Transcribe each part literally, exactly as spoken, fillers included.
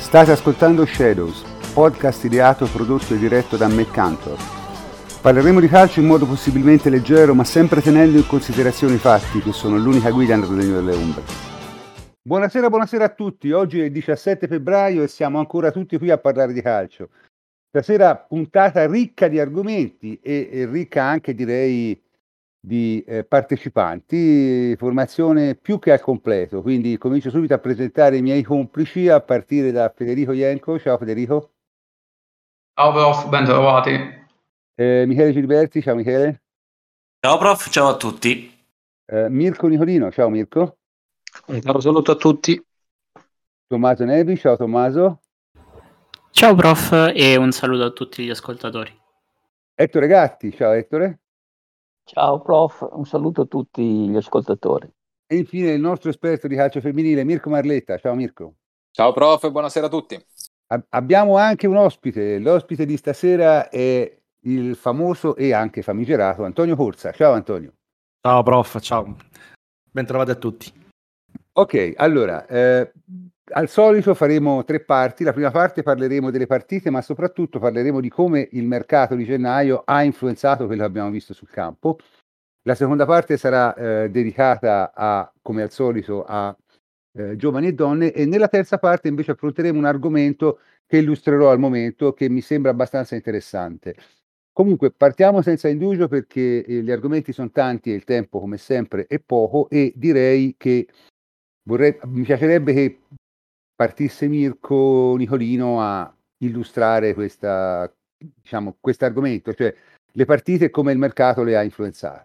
State ascoltando Shadows, podcast ideato, prodotto e diretto da Matt Cantor. Parleremo di calcio in modo possibilmente leggero, ma sempre tenendo in considerazione i fatti, che sono l'unica guida nel regno delle ombre. Buonasera, buonasera a tutti. Oggi è il diciassette febbraio e siamo ancora tutti qui a parlare di calcio. Stasera puntata ricca di argomenti e, e ricca anche, direi, di eh, partecipanti, formazione più che al completo. Quindi comincio subito a presentare i miei complici, a partire da Federico Ienco. Ciao Federico. Ciao prof, ben trovati. Eh, Michele Gilberti. Ciao Michele. Ciao prof, ciao a tutti. Eh, Mirko Nicolino. Ciao Mirko. Un caro saluto a tutti. Tommaso Nevi. Ciao Tommaso. Ciao prof e un saluto a tutti gli ascoltatori. Ettore Gatti. Ciao Ettore. Ciao prof, un saluto a tutti gli ascoltatori. E infine il nostro esperto di calcio femminile, Mirko Marletta. Ciao Mirko. Ciao prof, buonasera a tutti. Ab- abbiamo anche un ospite. L'ospite di stasera è il famoso e anche famigerato Antonio Corsa. Ciao Antonio. Ciao prof, ciao. Ben trovati a tutti. Ok, allora, eh, al solito faremo tre parti. La prima parte parleremo delle partite, ma soprattutto parleremo di come il mercato di gennaio ha influenzato quello che abbiamo visto sul campo. La seconda parte sarà eh, dedicata a, come al solito, a eh, giovani e donne, e nella terza parte invece affronteremo un argomento che illustrerò al momento, che mi sembra abbastanza interessante. Comunque partiamo senza indugio, perché eh, gli argomenti sono tanti e il tempo, come sempre, è poco, e direi che vorrei, mi piacerebbe che partisse Mirko Nicolino a illustrare questa, diciamo, questo argomento, cioè le partite e come il mercato le ha influenzate.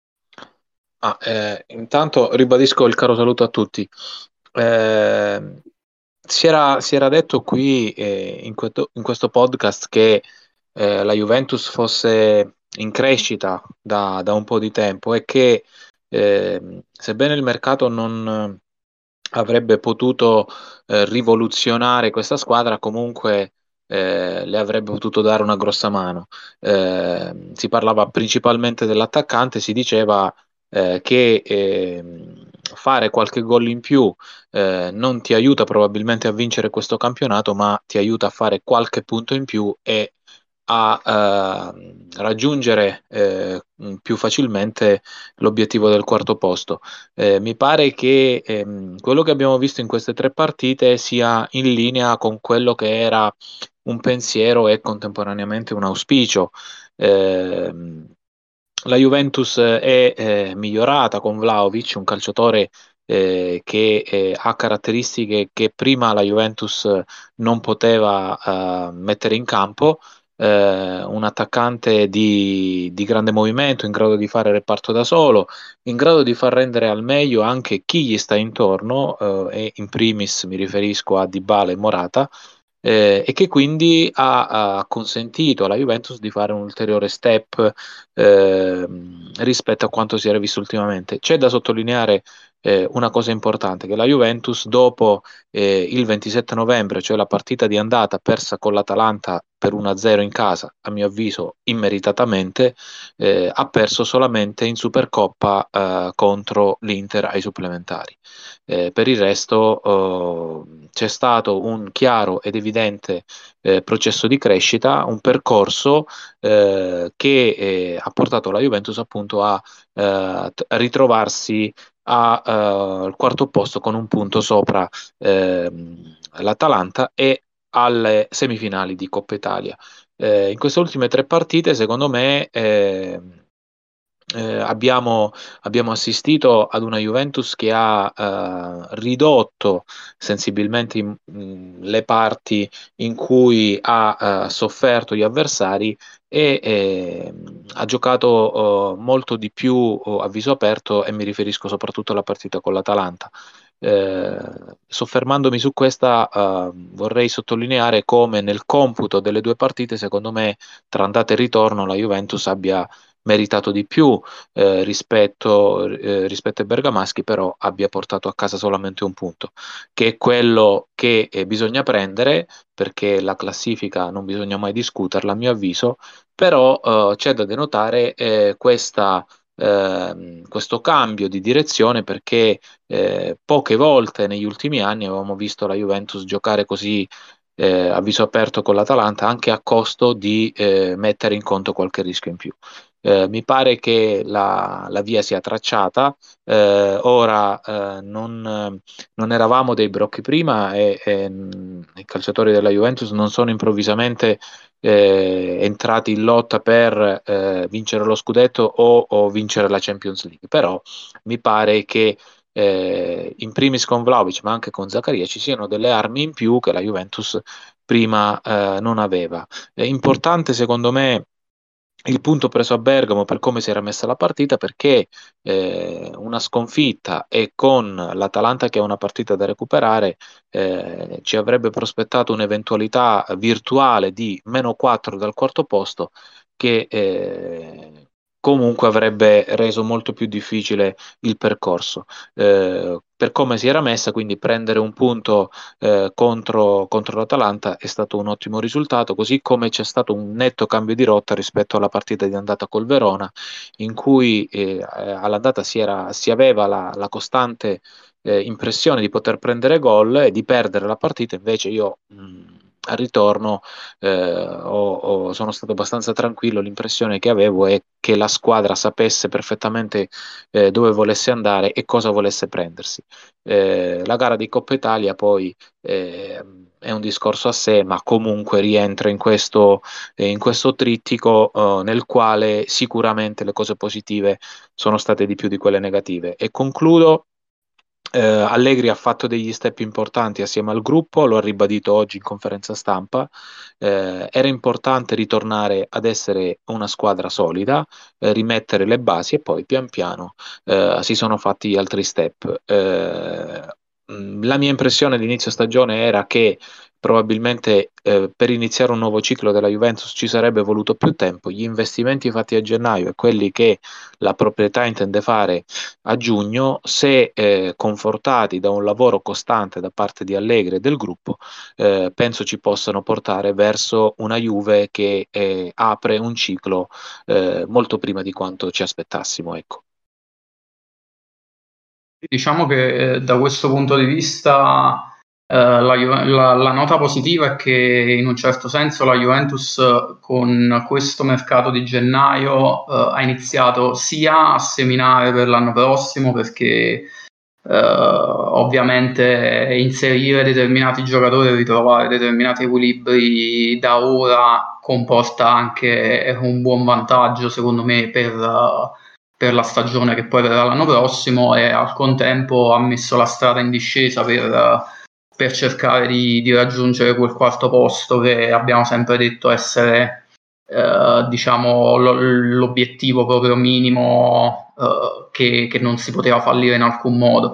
Ah, eh, intanto ribadisco il caro saluto a tutti. Eh, si era, si era detto qui eh, in, questo, in questo podcast che eh, la Juventus fosse in crescita da, da un po' di tempo e che eh, sebbene il mercato non avrebbe potuto eh, rivoluzionare questa squadra, comunque eh, le avrebbe potuto dare una grossa mano. Eh, si parlava principalmente dell'attaccante, si diceva eh, che eh, fare qualche gol in più eh, non ti aiuta probabilmente a vincere questo campionato, ma ti aiuta a fare qualche punto in più e a eh, raggiungere eh, più facilmente l'obiettivo del quarto posto. Eh, mi pare che ehm, quello che abbiamo visto in queste tre partite sia in linea con quello che era un pensiero e contemporaneamente un auspicio. Eh, la Juventus è eh, migliorata con Vlahovic, un calciatore eh, che eh, ha caratteristiche che prima la Juventus non poteva eh, mettere in campo. Eh, un attaccante di, di grande movimento, in grado di fare reparto da solo, in grado di far rendere al meglio anche chi gli sta intorno, eh, e in primis mi riferisco a Dybala e Morata, eh, e che quindi ha, ha consentito alla Juventus di fare un ulteriore step eh, rispetto a quanto si era visto ultimamente. C'è da sottolineare eh, una cosa importante, che la Juventus dopo eh, il ventisette novembre, cioè la partita di andata persa con l'Atalanta per uno a zero in casa, a mio avviso immeritatamente, eh, ha perso solamente in Supercoppa eh, contro l'Inter ai supplementari. Eh, per il resto eh, c'è stato un chiaro ed evidente eh, processo di crescita, un percorso eh, che eh, ha portato la Juventus appunto a, eh, a ritrovarsi a, uh, al quarto posto con un punto sopra eh, l'Atalanta e alle semifinali di Coppa Italia. Eh, in queste ultime tre partite, secondo me, eh, eh, abbiamo, abbiamo assistito ad una Juventus che ha eh, ridotto sensibilmente in, mh, le parti in cui ha eh, sofferto gli avversari e eh, ha giocato eh, molto di più eh, a viso aperto, e mi riferisco soprattutto alla partita con l'Atalanta. Eh, soffermandomi su questa, eh, vorrei sottolineare come nel computo delle due partite, secondo me, tra andata e ritorno, la Juventus abbia meritato di più eh, rispetto, eh, rispetto ai bergamaschi, però abbia portato a casa solamente un punto, che è quello che eh, bisogna prendere, perché la classifica non bisogna mai discuterla, a mio avviso, però eh, c'è da denotare eh, questa eh, questo cambio di direzione, perché eh, poche volte negli ultimi anni avevamo visto la Juventus giocare così eh, a viso aperto con l'Atalanta, anche a costo di eh, mettere in conto qualche rischio in più. Eh, mi pare che la, la via sia tracciata, eh, ora eh, non, non eravamo dei brocchi prima e, e mh, i calciatori della Juventus non sono improvvisamente eh, entrati in lotta per eh, vincere lo scudetto o, o vincere la Champions League, però mi pare che eh, in primis con Vlahovic ma anche con Zaccaria ci siano delle armi in più che la Juventus prima eh, non aveva. È importante secondo me il punto preso a Bergamo per come si era messa la partita, perché eh, una sconfitta e con l'Atalanta che ha una partita da recuperare eh, ci avrebbe prospettato un'eventualità virtuale di meno quattro dal quarto posto che eh, comunque avrebbe reso molto più difficile il percorso. Eh, per come si era messa, quindi prendere un punto eh, contro, contro l'Atalanta è stato un ottimo risultato, così come c'è stato un netto cambio di rotta rispetto alla partita di andata col Verona, in cui eh, all'andata si, era, si aveva la, la costante eh, impressione di poter prendere gol e di perdere la partita. Invece io mh, al ritorno eh, ho, ho- sono stato abbastanza tranquillo, l'impressione che avevo è che la squadra sapesse perfettamente eh, dove volesse andare e cosa volesse prendersi. Eh, la gara di Coppa Italia poi eh, è un discorso a sé, ma comunque rientra in questo, eh, in questo trittico eh, nel quale sicuramente le cose positive sono state di più di quelle negative. E concludo. Eh, Allegri ha fatto degli step importanti assieme al gruppo, lo ha ribadito oggi in conferenza stampa. Eh, era importante ritornare ad essere una squadra solida, eh, rimettere le basi e poi pian piano eh, si sono fatti gli altri step. Eh, mh, la mia impressione all'inizio stagione era che probabilmente eh, per iniziare un nuovo ciclo della Juventus ci sarebbe voluto più tempo. Gli investimenti fatti a gennaio e quelli che la proprietà intende fare a giugno, se eh, confortati da un lavoro costante da parte di Allegri e del gruppo, eh, penso ci possano portare verso una Juve che eh, apre un ciclo eh, molto prima di quanto ci aspettassimo, ecco. Diciamo che eh, da questo punto di vista eh, la, Ju- la- la nota positiva è che in un certo senso la Juventus eh, con questo mercato di gennaio eh, ha iniziato sia a seminare per l'anno prossimo, perché eh, ovviamente inserire determinati giocatori e ritrovare determinati equilibri da ora comporta anche un buon vantaggio secondo me per, eh, per la stagione che poi verrà l'anno prossimo, e al contempo ha messo la strada in discesa per, eh, per cercare di, di raggiungere quel quarto posto che abbiamo sempre detto essere eh, diciamo lo- l'obiettivo proprio minimo eh, che, che non si poteva fallire in alcun modo.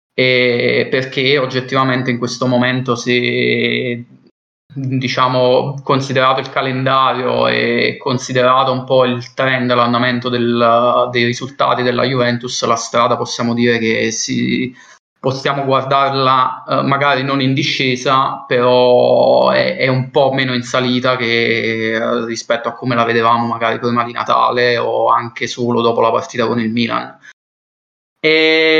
E perché oggettivamente in questo momento, se diciamo considerato il calendario e considerato un po' il trend, l'andamento del- dei risultati della Juventus, la strada possiamo dire che si, possiamo guardarla eh, magari non in discesa, però è, è un po' meno in salita che eh, rispetto a come la vedevamo magari prima di Natale o anche solo dopo la partita con il Milan. E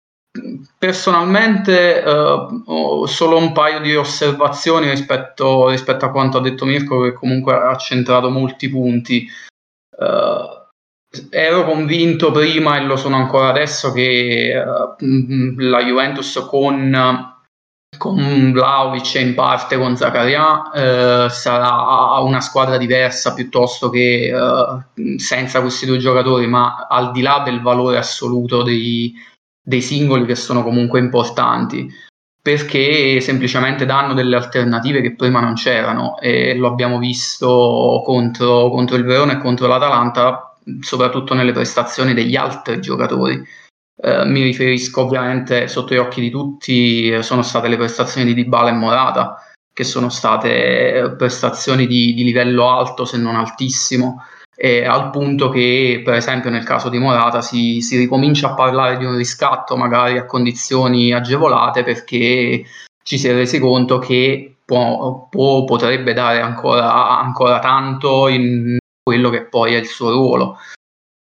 personalmente eh, ho solo un paio di osservazioni rispetto, rispetto a quanto ha detto Mirko, che comunque ha centrato molti punti. Eh, ero convinto prima e lo sono ancora adesso che eh, la Juventus con, con Vlahovic e in parte con Zaccaria eh, sarà una squadra diversa piuttosto che eh, senza questi due giocatori, ma al di là del valore assoluto dei, dei singoli, che sono comunque importanti, perché semplicemente danno delle alternative che prima non c'erano, e lo abbiamo visto contro, contro il Verona e contro l'Atalanta, soprattutto nelle prestazioni degli altri giocatori. Eh, mi riferisco ovviamente, sotto gli occhi di tutti eh, sono state le prestazioni di Dybala e Morata, che sono state eh, prestazioni di, di livello alto, se non altissimo, e al punto che per esempio nel caso di Morata si, si ricomincia a parlare di un riscatto magari a condizioni agevolate, perché ci si è resi conto che può, può- potrebbe dare ancora, ancora tanto in quello che poi è il suo ruolo.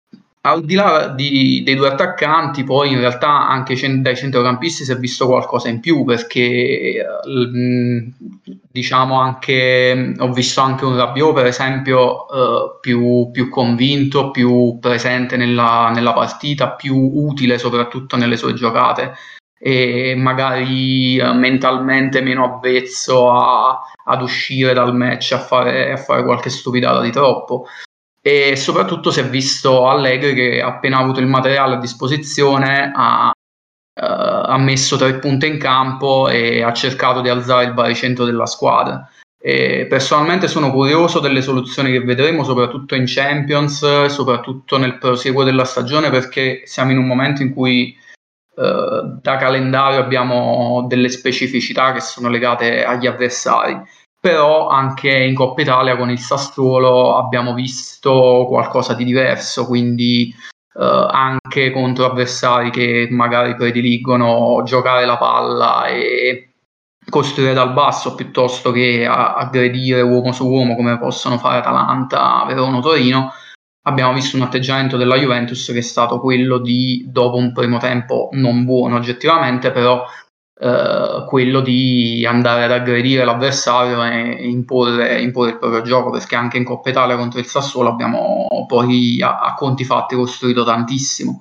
al di là di, dei due attaccanti, poi in realtà anche cent- dai centrocampisti si è visto qualcosa in più, perché mh, diciamo anche ho visto anche un Rabiot, per esempio, eh, più, più convinto, più presente nella, nella partita, più utile soprattutto nelle sue giocate, e magari eh, mentalmente meno avvezzo a, ad uscire dal match a fare, a fare qualche stupidata di troppo. E soprattutto si è visto Allegri che appena avuto il materiale a disposizione ha, eh, ha messo tre punte in campo e ha cercato di alzare il baricentro della squadra. E personalmente sono curioso delle soluzioni che vedremo, soprattutto in Champions, soprattutto nel proseguo della stagione, perché siamo in un momento in cui eh, da calendario abbiamo delle specificità che sono legate agli avversari. Però anche in Coppa Italia con il Sassuolo abbiamo visto qualcosa di diverso, quindi eh, anche contro avversari che magari prediligono giocare la palla e costruire dal basso piuttosto che a- aggredire uomo su uomo come possono fare Atalanta, Verona o Torino. Abbiamo visto un atteggiamento della Juventus che è stato quello di, dopo un primo tempo non buono oggettivamente, però eh, quello di andare ad aggredire l'avversario e imporre, imporre il proprio gioco, perché anche in Coppa Italia contro il Sassuolo abbiamo poi a, a conti fatti costruito tantissimo.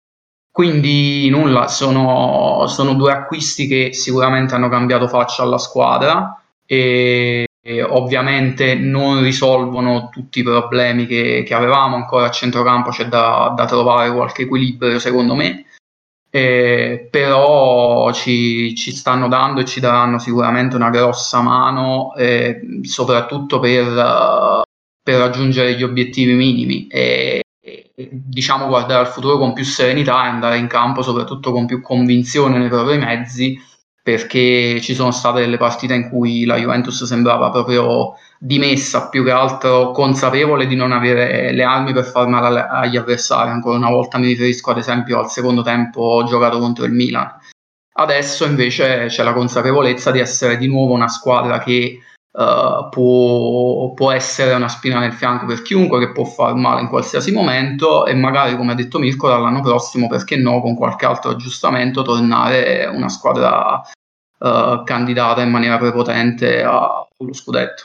Quindi nulla, sono, sono due acquisti che sicuramente hanno cambiato faccia alla squadra e, e ovviamente non risolvono tutti i problemi che, che avevamo ancora a centrocampo, c'è da, da trovare qualche equilibrio secondo me. Eh, però ci, ci stanno dando e ci daranno sicuramente una grossa mano, eh, soprattutto per, uh, per raggiungere gli obiettivi minimi e, e diciamo guardare al futuro con più serenità e andare in campo soprattutto con più convinzione nei propri mezzi, perché ci sono state delle partite in cui la Juventus sembrava proprio dimessa, più che altro consapevole di non avere le armi per far male agli avversari. Ancora una volta mi riferisco ad esempio al secondo tempo giocato contro il Milan. Adesso invece c'è la consapevolezza di essere di nuovo una squadra che uh, può, può essere una spina nel fianco per chiunque, che può far male in qualsiasi momento e magari, come ha detto Mirko, dall'anno prossimo, perché no, con qualche altro aggiustamento tornare una squadra uh, candidata in maniera prepotente allo scudetto.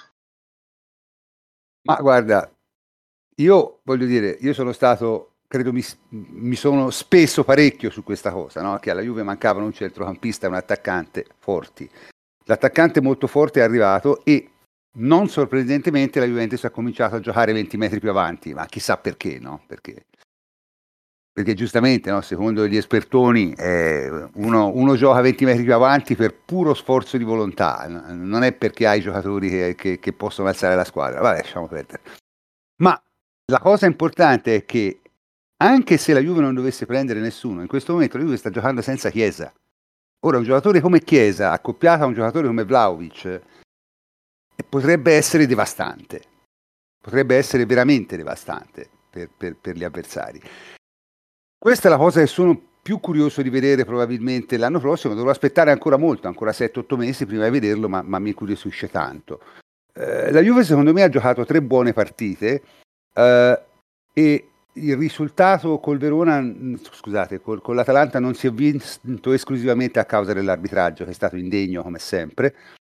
Ma guarda, io voglio dire, io sono stato, credo mi, mi sono speso parecchio su questa cosa, no? Che alla Juve mancavano un centrocampista e un attaccante forti. L'attaccante molto forte è arrivato e non sorprendentemente la Juventus ha cominciato a giocare venti metri più avanti, ma chissà perché, no? Perché, perché giustamente, no? Secondo gli espertoni, eh, uno, uno gioca venti metri più avanti per puro sforzo di volontà, non è perché hai giocatori che, che, che possono alzare la squadra. Vabbè, lasciamo perdere. Ma la cosa importante è che anche se la Juve non dovesse prendere nessuno, in questo momento la Juve sta giocando senza Chiesa. Ora un giocatore come Chiesa, accoppiato a un giocatore come Vlahovic, potrebbe essere devastante, potrebbe essere veramente devastante per, per, per gli avversari. Questa è la cosa che sono più curioso di vedere probabilmente l'anno prossimo. Dovrò aspettare ancora molto, ancora sette otto mesi prima di vederlo, ma, ma mi incuriosisce tanto. Eh, la Juve secondo me ha giocato tre buone partite eh, e il risultato col Verona, scusate, col, con l'Atalanta non si è vinto esclusivamente a causa dell'arbitraggio, che è stato indegno come sempre,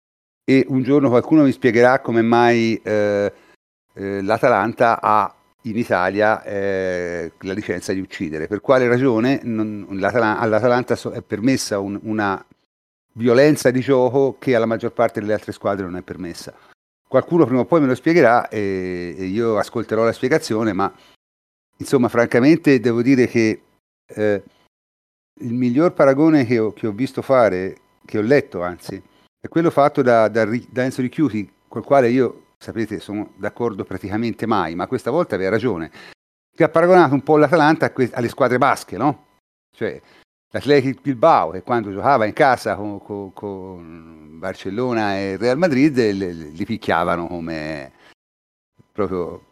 e un giorno qualcuno mi spiegherà come mai eh, eh, l'Atalanta ha in Italia eh, la licenza di uccidere, per quale ragione non, l'Atalanta, all'Atalanta è permessa un, una violenza di gioco che alla maggior parte delle altre squadre non è permessa. Qualcuno prima o poi me lo spiegherà e, e io ascolterò la spiegazione, ma insomma francamente devo dire che eh, il miglior paragone che ho, che ho visto fare, che ho letto anzi, è quello fatto da, da, da Enzo Ricchiuti, col quale io, sapete, sono d'accordo praticamente mai, ma questa volta aveva ragione, che ha paragonato un po' l'Atalanta a que- alle squadre basche, no? Cioè l'Athletic Bilbao, che quando giocava in casa con, con, con Barcellona e Real Madrid li, li picchiavano come proprio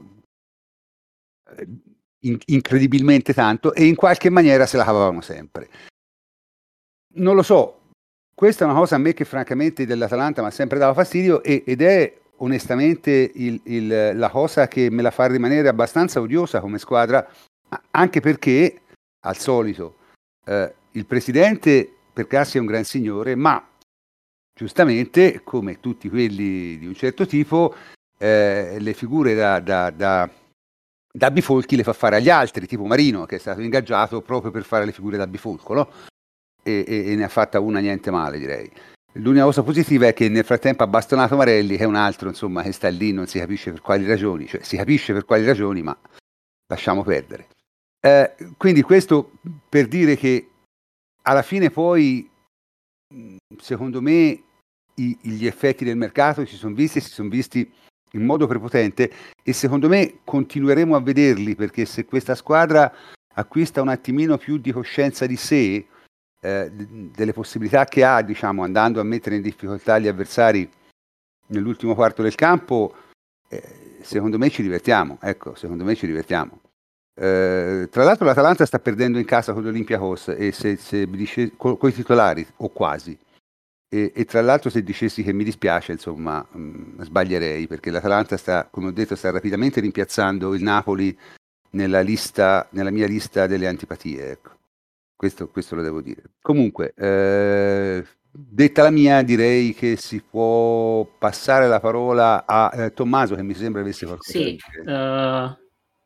in, incredibilmente tanto e in qualche maniera se la cavavano sempre. Non lo so, questa è una cosa a me che francamente dell'Atalanta mi ha sempre dato fastidio e, ed è onestamente il, il, la cosa che me la fa rimanere abbastanza odiosa come squadra anche perché, al solito, eh, il presidente per caso è un gran signore, ma giustamente, come tutti quelli di un certo tipo, eh, le figure da, da, da, da bifolchi le fa fare agli altri, tipo Marino, che è stato ingaggiato proprio per fare le figure da bifolco, no? E, e, e ne ha fatta una niente male, direi. L'unica cosa positiva è che nel frattempo ha bastonato Marelli, che è un altro, insomma, che sta lì, non si capisce per quali ragioni, cioè si capisce per quali ragioni, ma lasciamo perdere. Eh, quindi questo per dire che alla fine poi, secondo me, i, gli effetti del mercato si sono visti e si sono visti in modo prepotente, e secondo me continueremo a vederli, perché se questa squadra acquista un attimino più di coscienza di sé, eh, delle possibilità che ha, diciamo, andando a mettere in difficoltà gli avversari nell'ultimo quarto del campo, eh, secondo me ci divertiamo, ecco, secondo me ci divertiamo. Eh, tra l'altro l'Atalanta sta perdendo in casa con l'Olympiacos, e se, se mi dice, con i titolari o quasi, e, e tra l'altro se dicessi che mi dispiace, insomma, mh, sbaglierei, perché l'Atalanta sta, come ho detto, sta rapidamente rimpiazzando il Napoli nella lista, nella mia lista delle antipatie, ecco. Questo, questo lo devo dire. Comunque, eh, detta la mia, direi che si può passare la parola a eh, Tommaso, che mi sembra avesse qualcosa Sì, da dire. uh,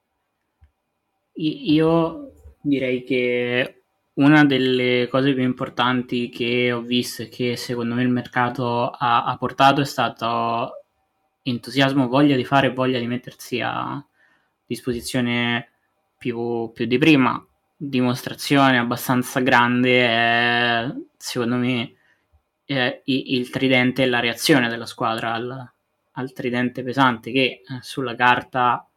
io direi che una delle cose più importanti che ho visto e che secondo me il mercato ha, ha portato è stato entusiasmo, voglia di fare, voglia di mettersi a disposizione più, più di prima. Dimostrazione abbastanza grande è, secondo me, è il tridente e la reazione della squadra al, al tridente pesante, che eh, sulla carta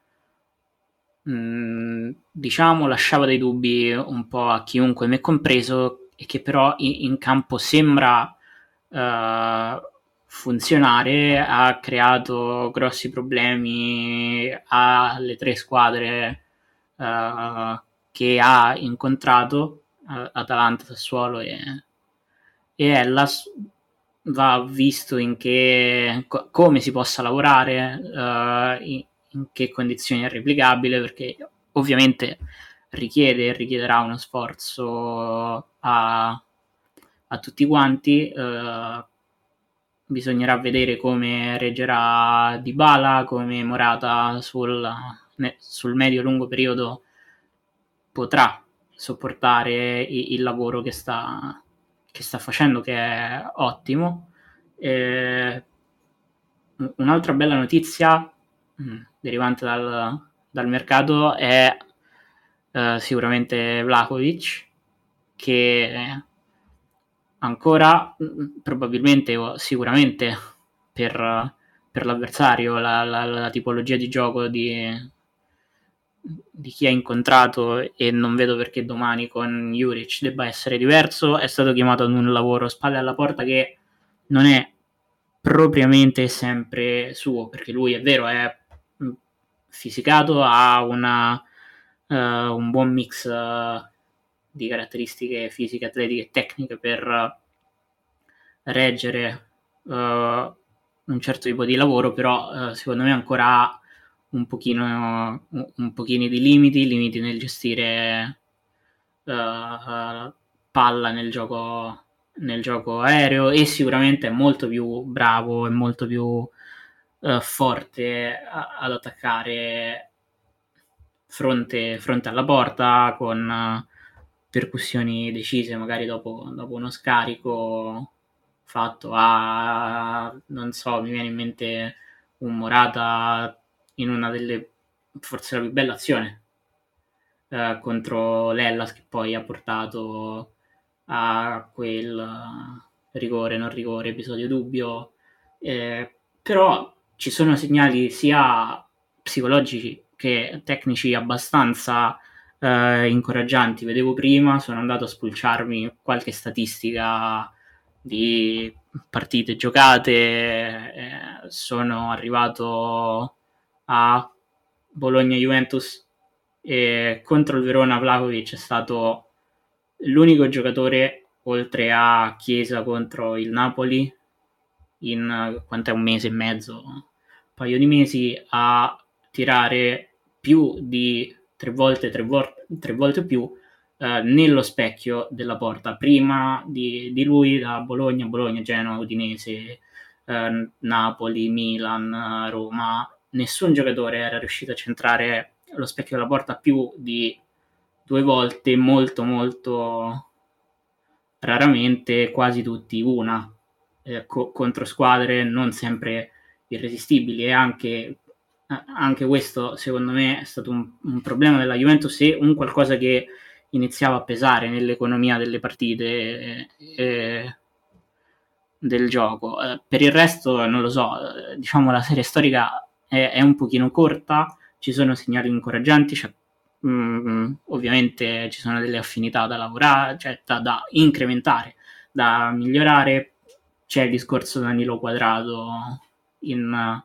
mh, diciamo lasciava dei dubbi un po' a chiunque, me compreso, e che però in, in campo sembra uh, funzionare. Ha creato grossi problemi alle tre squadre uh, che ha incontrato, uh, Atalanta, Sassuolo e, e Hellas. Va visto in che co- come si possa lavorare, uh, in, in che condizioni è replicabile, perché ovviamente richiede e richiederà uno sforzo a, a tutti quanti. Uh, bisognerà vedere come reggerà Dybala, come Morata sul, ne, sul medio-lungo periodo potrà sopportare il, il lavoro che sta, che sta facendo, che è ottimo. Eh, un'altra bella notizia mh, derivante dal, dal mercato è eh, sicuramente Vlahovic, che ancora mh, probabilmente o sicuramente per, per l'avversario, la, la, la tipologia di gioco di, di chi ha incontrato, e non vedo perché domani con Juric debba essere diverso, è stato chiamato ad un lavoro spalle alla porta che non è propriamente sempre suo, perché lui è vero, è fisicato, ha una, uh, un buon mix uh, di caratteristiche fisiche, atletiche e tecniche per uh, reggere uh, un certo tipo di lavoro, però uh, secondo me ancora ha un pochino, un, un pochino di limiti, limiti nel gestire uh, uh, palla nel gioco, nel gioco aereo, e sicuramente è molto più bravo e molto più uh, forte a, ad attaccare fronte, fronte alla porta, con uh, percussioni decise, magari dopo, dopo uno scarico fatto a, non so, mi viene in mente un Morata in una delle, forse la più bella azione eh, contro l'Hellas, che poi ha portato a quel rigore, non rigore, episodio dubbio. Eh, però ci sono segnali sia psicologici che tecnici abbastanza eh, incoraggianti. Vedevo prima, sono andato a spulciarmi qualche statistica di partite giocate, eh, sono arrivato a Bologna-Juventus, e contro il Verona Vlahovic è stato l'unico giocatore, oltre a Chiesa contro il Napoli in quant'è, un mese e mezzo, un paio di mesi, a tirare più di tre volte, tre, vo- tre volte più eh, nello specchio della porta. Prima di, di lui da Bologna, Bologna, Genoa, Udinese, eh, Napoli, Milan, Roma, nessun giocatore era riuscito a centrare lo specchio della porta più di due volte, molto molto raramente, quasi tutti una, eh, co- contro squadre non sempre irresistibili. E anche, anche questo secondo me è stato un, un problema della Juventus e un qualcosa che iniziava a pesare nell'economia delle partite eh, eh, del gioco. Eh, per il resto non lo so, eh, diciamo la serie storica è, è un pochino corta, ci sono segnali incoraggianti, c'è Mm, ovviamente ci sono delle affinità da lavorare, cioè da, da incrementare, da migliorare. C'è il discorso Danilo Quadrato in,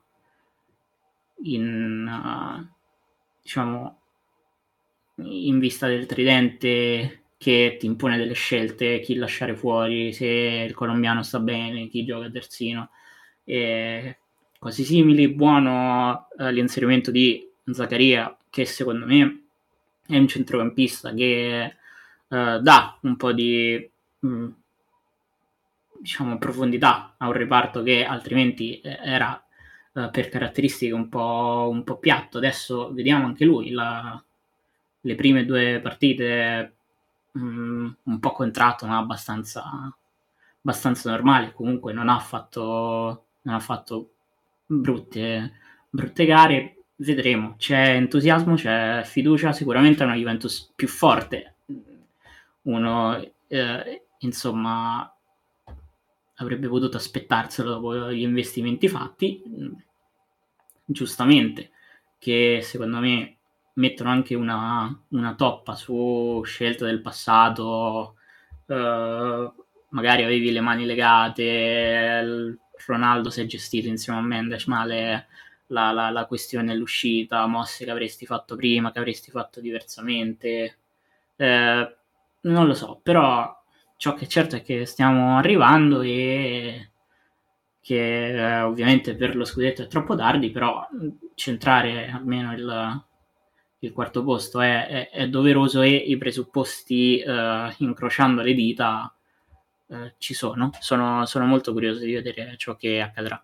in uh, diciamo in vista del tridente che ti impone delle scelte, chi lasciare fuori, se il colombiano sta bene, chi gioca terzino e cose simili. Buono eh, l'inserimento di Zaccaria, che secondo me è un centrocampista che eh, dà un po' di mh, diciamo profondità a un reparto che altrimenti eh, era eh, per caratteristiche un po', un po' piatto. Adesso vediamo anche lui la, le prime due partite mh, un po' contratto, ma abbastanza, abbastanza normale. Comunque non ha fatto, non ha fatto brutte, brutte gare. Vedremo, c'è entusiasmo, c'è fiducia, sicuramente è una Juventus più forte. Uno, eh, insomma, avrebbe potuto aspettarselo dopo gli investimenti fatti, giustamente, che secondo me mettono anche una, una toppa su scelte del passato, eh, magari avevi le mani legate, Ronaldo si è gestito insieme a Mendes male la, la, la questione dell'uscita, mosse che avresti fatto prima, che avresti fatto diversamente, eh, non lo so, però ciò che è certo è che stiamo arrivando e che eh, ovviamente per lo scudetto è troppo tardi, però centrare almeno il, il quarto posto è, è, è doveroso e i presupposti, eh, incrociando le dita, eh, ci sono. sono. Sono molto curioso di vedere ciò che accadrà.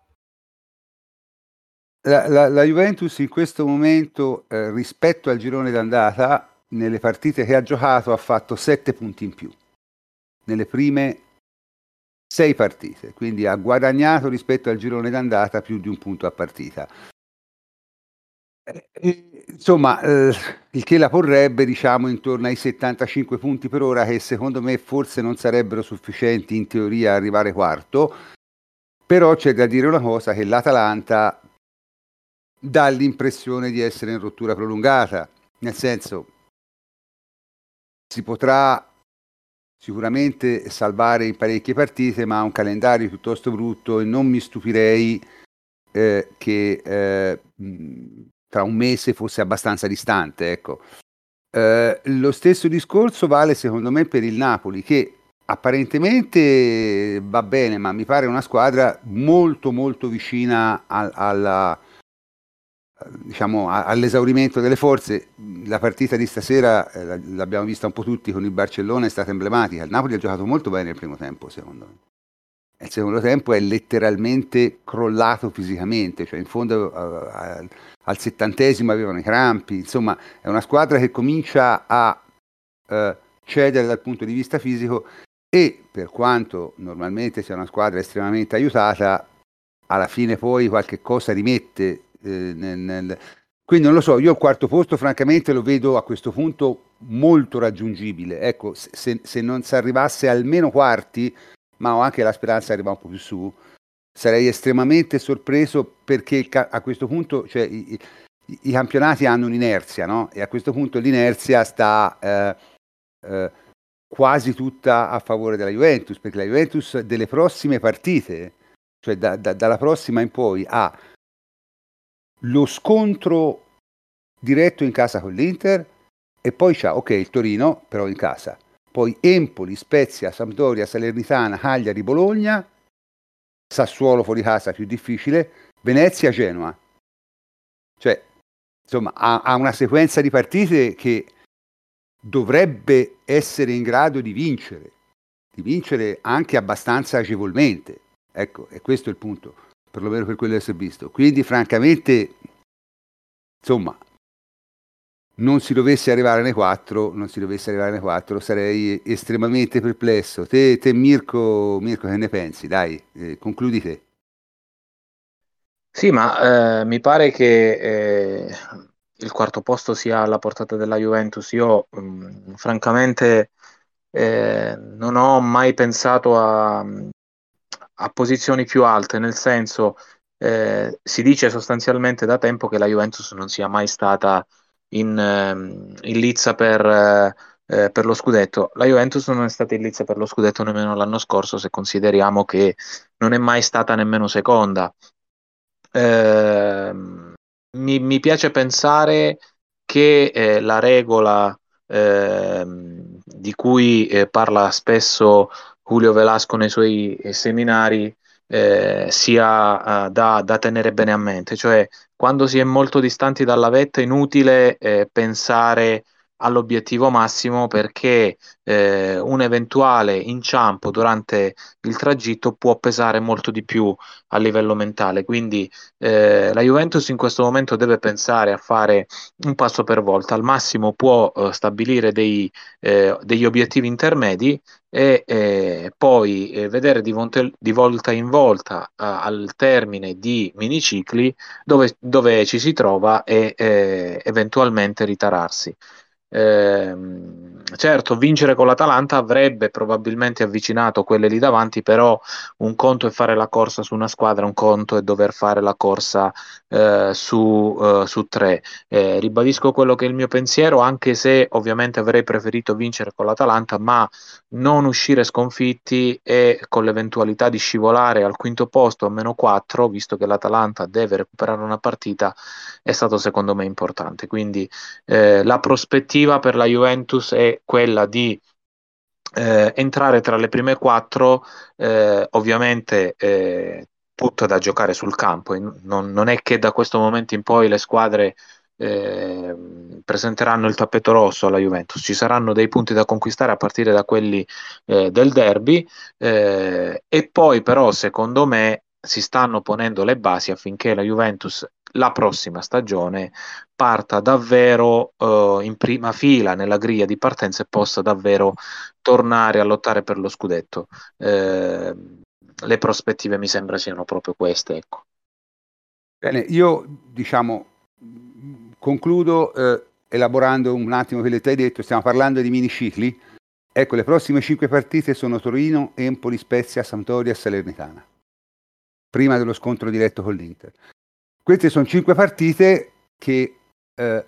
La, la, la Juventus in questo momento, eh, rispetto al girone d'andata, nelle partite che ha giocato ha fatto sette punti in più nelle prime sei partite, quindi ha guadagnato rispetto al girone d'andata più di un punto a partita. Eh, insomma, eh, il che la porrebbe, diciamo, intorno ai settantacinque punti per ora, che secondo me forse non sarebbero sufficienti in teoria a arrivare quarto, però c'è da dire una cosa, che l'Atalanta dà l'impressione di essere in rottura prolungata, nel senso, si potrà sicuramente salvare in parecchie partite, ma ha un calendario piuttosto brutto e non mi stupirei eh, che eh, tra un mese fosse abbastanza distante, ecco. Eh, lo stesso discorso vale secondo me per il Napoli, che apparentemente va bene, ma mi pare una squadra molto molto vicina al, alla diciamo all'esaurimento delle forze. La partita di stasera eh, l'abbiamo vista un po' tutti con il Barcellona, è stata emblematica. Il Napoli ha giocato molto bene il primo tempo, secondo me. Il secondo tempo è letteralmente crollato fisicamente, cioè in fondo uh, al settantesimo avevano i crampi. Insomma, è una squadra che comincia a uh, cedere dal punto di vista fisico e, per quanto normalmente sia una squadra estremamente aiutata, alla fine poi qualche cosa rimette. Eh, nel, nel... Quindi non lo so, io il quarto posto francamente lo vedo a questo punto molto raggiungibile. Ecco, se, se non si arrivasse almeno quarti, ma ho anche la speranza di arrivare un po' più su, sarei estremamente sorpreso, perché a questo punto, cioè, i, i, i campionati hanno un'inerzia, no? E a questo punto l'inerzia sta eh, eh, quasi tutta a favore della Juventus, perché la Juventus delle prossime partite, cioè da, da, dalla prossima in poi, ha lo scontro diretto in casa con l'Inter e poi c'ha, ok, il Torino, però in casa. Poi Empoli, Spezia, Sampdoria, Salernitana, Cagliari, Bologna, Sassuolo fuori casa più difficile, Venezia, Genoa. Cioè, insomma, ha, ha una sequenza di partite che dovrebbe essere in grado di vincere, di vincere anche abbastanza agevolmente. Ecco, e questo è il punto, perlomeno per quello che si è visto. Quindi, francamente, insomma, non si dovesse arrivare nei quattro, non si dovesse arrivare nei quattro, sarei estremamente perplesso. Te, te Mirko, Mirko, che ne pensi? Dai, eh, concludi te. Sì, ma eh, mi pare che eh, il quarto posto sia alla portata della Juventus. Io, mh, francamente, eh, non ho mai pensato a, a posizioni più alte, nel senso, eh, si dice sostanzialmente da tempo che la Juventus non sia mai stata in, ehm, in lizza per, eh, eh, per lo scudetto. La Juventus non è stata in lizza per lo scudetto nemmeno l'anno scorso, se consideriamo che non è mai stata nemmeno seconda. Ehm, mi, mi piace pensare che eh, la regola ehm, di cui eh, parla spesso Julio Velasco nei suoi eh, seminari eh, sia eh, da, da tenere bene a mente, cioè quando si è molto distanti dalla vetta è inutile eh, pensare all'obiettivo massimo, perché eh, un eventuale inciampo durante il tragitto può pesare molto di più a livello mentale. Quindi eh, la Juventus in questo momento deve pensare a fare un passo per volta, al massimo può eh, stabilire dei, eh, degli obiettivi intermedi e eh, poi eh, vedere di, vonte- di volta in volta eh, al termine di minicicli dove, dove ci si trova e eh, eventualmente ritararsi. Ehm, certo, vincere con l'Atalanta avrebbe probabilmente avvicinato quelle lì davanti, però un conto è fare la corsa su una squadra, un conto è dover fare la corsa eh, su, eh, su tre. Eh, ribadisco quello che è il mio pensiero, anche se ovviamente avrei preferito vincere con l'Atalanta, ma non uscire sconfitti e con l'eventualità di scivolare al quinto posto a meno quattro, visto che l'Atalanta deve recuperare una partita, è stato secondo me importante. Quindi eh, la prospettiva per la Juventus è quella di eh, entrare tra le prime quattro, eh, ovviamente eh, tutto da giocare sul campo. Non, non è che da questo momento in poi le squadre eh, presenteranno il tappeto rosso alla Juventus, ci saranno dei punti da conquistare a partire da quelli eh, del derby, eh, e poi però secondo me si stanno ponendo le basi affinché la Juventus la prossima stagione parta davvero eh, in prima fila nella griglia di partenza e possa davvero tornare a lottare per lo scudetto. Eh, le prospettive mi sembra siano proprio queste, ecco. Bene, io diciamo concludo eh, elaborando un attimo quello che tu hai detto. Stiamo parlando di minicicli. Ecco, le prossime cinque partite sono Torino, Empoli, Spezia, Sampdoria e Salernitana, prima dello scontro diretto con l'Inter. Queste sono cinque partite che eh,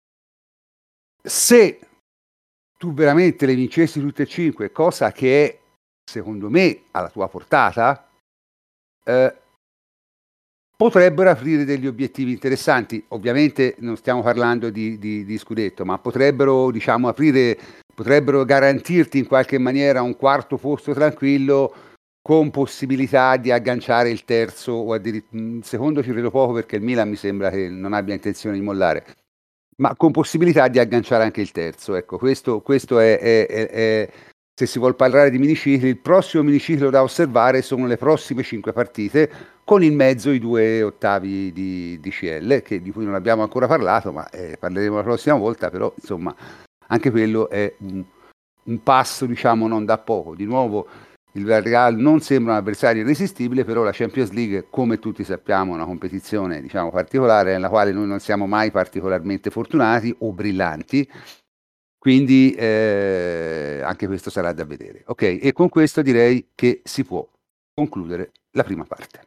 se tu veramente le vincessi tutte e cinque, cosa che è secondo me alla tua portata, eh, potrebbero aprire degli obiettivi interessanti. Ovviamente non stiamo parlando di, di, di scudetto, ma potrebbero, diciamo, aprire, potrebbero garantirti in qualche maniera un quarto posto tranquillo, con possibilità di agganciare il terzo o addirittura il secondo. Ci credo poco, perché il Milan mi sembra che non abbia intenzione di mollare, ma con possibilità di agganciare anche il terzo. Ecco, questo, questo è, è, è, è, se si vuol parlare di minicicli, il prossimo miniciclo da osservare sono le prossime cinque partite, con in mezzo i due ottavi di, di C L, che, di cui non abbiamo ancora parlato, ma eh, parleremo la prossima volta. Però insomma anche quello è un, un passo, diciamo, non da poco. Di nuovo il Villarreal non sembra un avversario irresistibile, però la Champions League, come tutti sappiamo, è una competizione, diciamo, particolare, nella quale noi non siamo mai particolarmente fortunati o brillanti, quindi eh, anche questo sarà da vedere. Ok, e con questo direi che si può concludere la prima parte.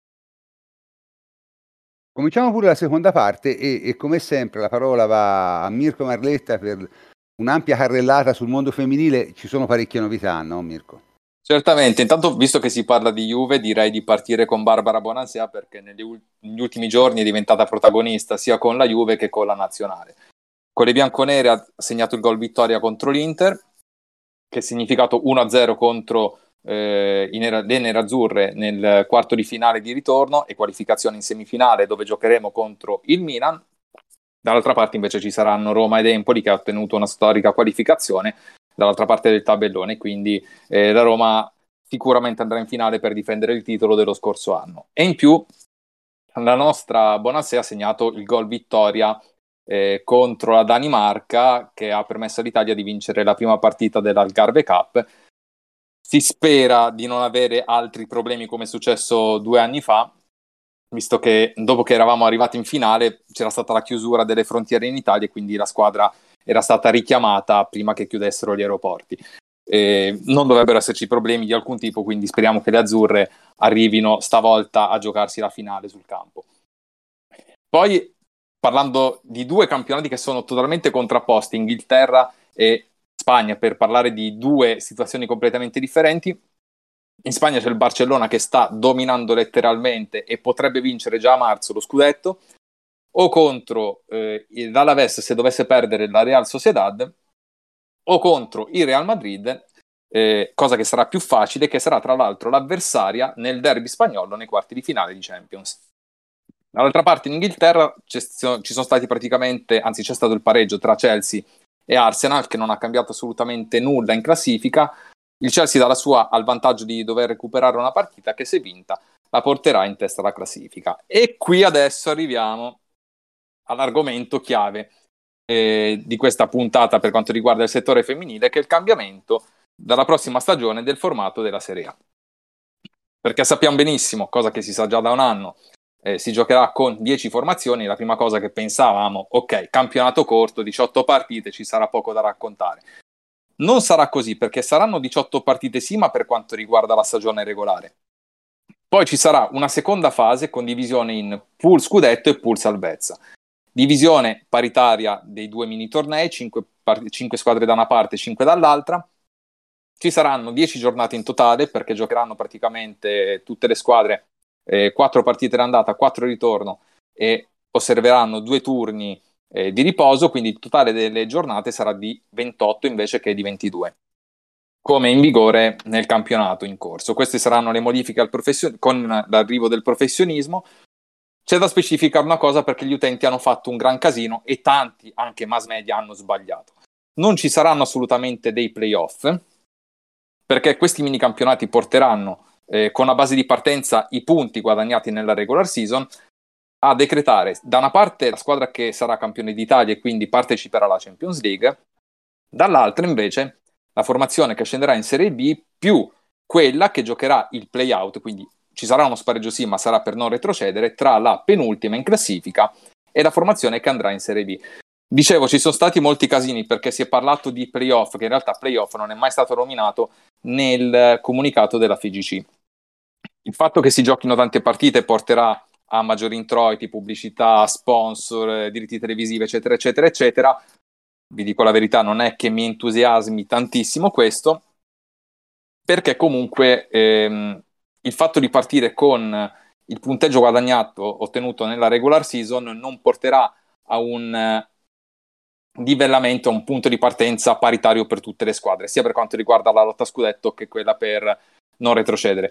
Cominciamo pure la seconda parte e, e come sempre la parola va a Mirko Marletta per un'ampia carrellata sul mondo femminile. Ci sono parecchie novità, no Mirko? Certamente, intanto visto che si parla di Juve, direi di partire con Barbara Bonanzia, perché negli, ul- negli ultimi giorni è diventata protagonista sia con la Juve che con la nazionale. Con le bianconere ha segnato il gol vittoria contro l'Inter, che è significato uno a zero contro eh, i nera- le nerazzurre nel quarto di finale di ritorno e qualificazione in semifinale, dove giocheremo contro il Milan. Dall'altra parte invece ci saranno Roma ed Empoli, che ha ottenuto una storica qualificazione dall'altra parte del tabellone, quindi eh, la Roma sicuramente andrà in finale per difendere il titolo dello scorso anno. E in più la nostra Bonansea ha segnato il gol vittoria eh, contro la Danimarca, che ha permesso all'Italia di vincere la prima partita dell'Algarve Cup. Si spera di non avere altri problemi come è successo due anni fa, visto che dopo che eravamo arrivati in finale c'era stata la chiusura delle frontiere in Italia e quindi la squadra era stata richiamata prima che chiudessero gli aeroporti. Eh, non dovrebbero esserci problemi di alcun tipo, quindi speriamo che le azzurre arrivino stavolta a giocarsi la finale sul campo. Poi, parlando di due campionati che sono totalmente contrapposti, Inghilterra e Spagna, per parlare di due situazioni completamente differenti, in Spagna c'è il Barcellona che sta dominando letteralmente e potrebbe vincere già a marzo lo scudetto, o contro eh, l'Alaves se dovesse perdere la Real Sociedad, o contro il Real Madrid, eh, cosa che sarà più facile, che sarà tra l'altro l'avversaria nel derby spagnolo nei quarti di finale di Champions. Dall'altra parte in Inghilterra ci sono stati praticamente, anzi c'è stato il pareggio tra Chelsea e Arsenal, che non ha cambiato assolutamente nulla in classifica. Il Chelsea dalla sua al vantaggio di dover recuperare una partita che, se vinta, la porterà in testa alla classifica. E qui adesso arriviamo all'argomento chiave eh, di questa puntata per quanto riguarda il settore femminile, che è il cambiamento dalla prossima stagione del formato della Serie A. Perché sappiamo benissimo, cosa che si sa già da un anno, eh, si giocherà con dieci formazioni. La prima cosa che pensavamo, ok, campionato corto, diciotto partite, ci sarà poco da raccontare. Non sarà così, perché saranno diciotto partite sì, ma per quanto riguarda la stagione regolare. Poi ci sarà una seconda fase con divisione in pool scudetto e pool salvezza. Divisione paritaria dei due mini tornei, cinque squadre da una parte e cinque dall'altra. Ci saranno dieci giornate in totale, perché giocheranno praticamente tutte le squadre eh, quattro partite d'andata, quattro ritorno, e osserveranno due turni eh, di riposo, quindi il totale delle giornate sarà di ventotto invece che di ventidue, come in vigore nel campionato in corso. Queste saranno le modifiche al profession- con l'arrivo del professionismo. C'è da specificare una cosa, perché gli utenti hanno fatto un gran casino e tanti, anche mass media, hanno sbagliato. Non ci saranno assolutamente dei playoff, perché questi mini campionati porteranno eh, con la base di partenza i punti guadagnati nella regular season a decretare da una parte la squadra che sarà campione d'Italia e quindi parteciperà alla Champions League, dall'altra invece la formazione che scenderà in Serie B più quella che giocherà il play-out, quindi ci sarà uno spareggio sì, ma sarà per non retrocedere, tra la penultima in classifica e la formazione che andrà in Serie B. Dicevo, ci sono stati molti casini, perché si è parlato di playoff, che in realtà playoff non è mai stato nominato nel comunicato della F I G C. Il fatto che si giochino tante partite porterà a maggiori introiti, pubblicità, sponsor, diritti televisivi, eccetera, eccetera, eccetera. Vi dico la verità, non è che mi entusiasmi tantissimo questo, perché comunque ehm, il fatto di partire con il punteggio guadagnato ottenuto nella regular season non porterà a un eh, livellamento, a un punto di partenza paritario per tutte le squadre, sia per quanto riguarda la lotta a scudetto che quella per non retrocedere.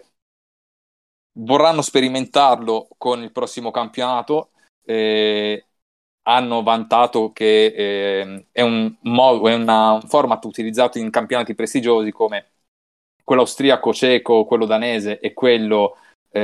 Vorranno sperimentarlo con il prossimo campionato. Eh, hanno vantato che eh, è, un modo, è una, un format utilizzato in campionati prestigiosi come quello austriaco, ceco, quello danese e quello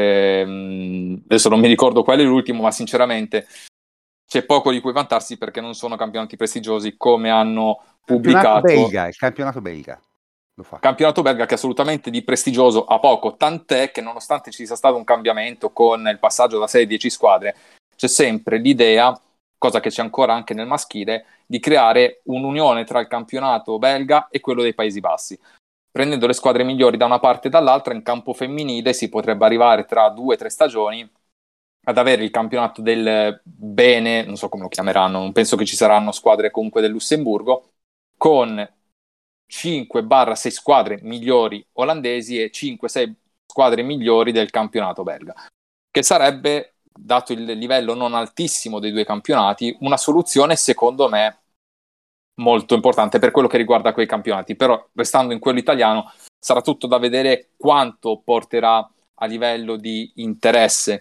ehm, adesso non mi ricordo qual è l'ultimo, ma sinceramente c'è poco di cui vantarsi, perché non sono campionati prestigiosi come hanno pubblicato. Belga, il campionato belga lo fa. Campionato belga che assolutamente di prestigioso ha poco, tant'è che nonostante ci sia stato un cambiamento con il passaggio da sei a dieci squadre, c'è sempre l'idea, cosa che c'è ancora anche nel maschile, di creare un'unione tra il campionato belga e quello dei Paesi Bassi. Prendendo le squadre migliori da una parte e dall'altra, in campo femminile si potrebbe arrivare tra due o tre stagioni ad avere il campionato del bene, non so come lo chiameranno, non penso che ci saranno squadre comunque del Lussemburgo, con cinque sei squadre migliori olandesi e cinque sei squadre migliori del campionato belga, che sarebbe, dato il livello non altissimo dei due campionati, una soluzione secondo me molto importante per quello che riguarda quei campionati. Però restando in quello italiano sarà tutto da vedere quanto porterà a livello di interesse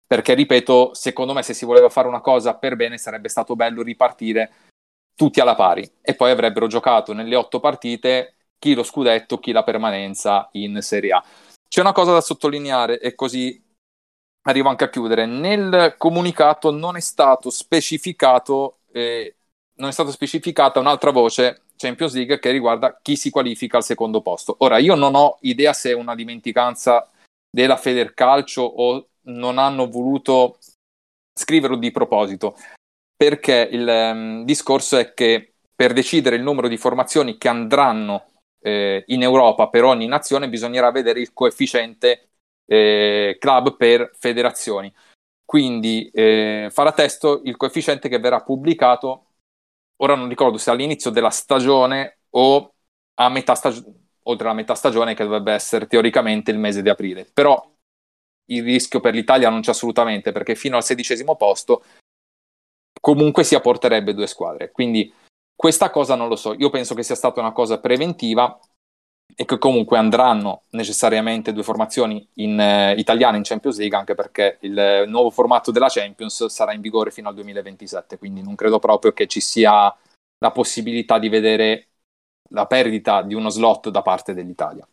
perché ripeto, secondo me se si voleva fare una cosa per bene sarebbe stato bello ripartire tutti alla pari e poi avrebbero giocato nelle otto partite chi lo scudetto, chi la permanenza in Serie A. C'è una cosa da sottolineare e così arrivo anche a chiudere. Nel comunicato non è stato specificato eh, non è stata specificata un'altra voce Champions League che riguarda chi si qualifica al secondo posto. Ora, io non ho idea se è una dimenticanza della Federcalcio o non hanno voluto scriverlo di proposito, perché il um, discorso è che per decidere il numero di formazioni che andranno eh, in Europa per ogni nazione bisognerà vedere il coefficiente eh, club per federazioni. Quindi eh, farà testo il coefficiente che verrà pubblicato, ora non ricordo se all'inizio della stagione o a metà stagione, oltre alla metà stagione, che dovrebbe essere teoricamente il mese di aprile. Però il rischio per l'Italia non c'è assolutamente, perché fino al sedicesimo posto comunque si apporterebbe due squadre. Quindi questa cosa non lo so. Io penso che sia stata una cosa preventiva e che comunque andranno necessariamente due formazioni in, eh, italiane in Champions League, anche perché il nuovo formato della Champions sarà in vigore fino al duemilaventisette, quindi non credo proprio che ci sia la possibilità di vedere la perdita di uno slot da parte dell'Italia.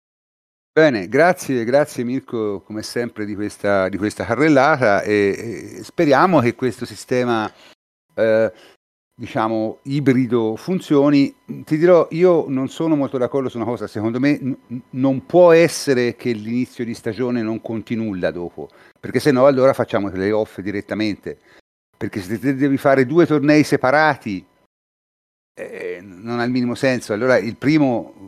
Bene, grazie, grazie Mirko come sempre di questa, di questa carrellata e, e speriamo che questo sistema eh, diciamo ibrido funzioni. Ti dirò, io non sono molto d'accordo su una cosa, secondo me n- non può essere che l'inizio di stagione non conti nulla dopo, perché se no allora facciamo i playoff direttamente, perché se te devi fare due tornei separati eh, non ha il minimo senso. Allora il primo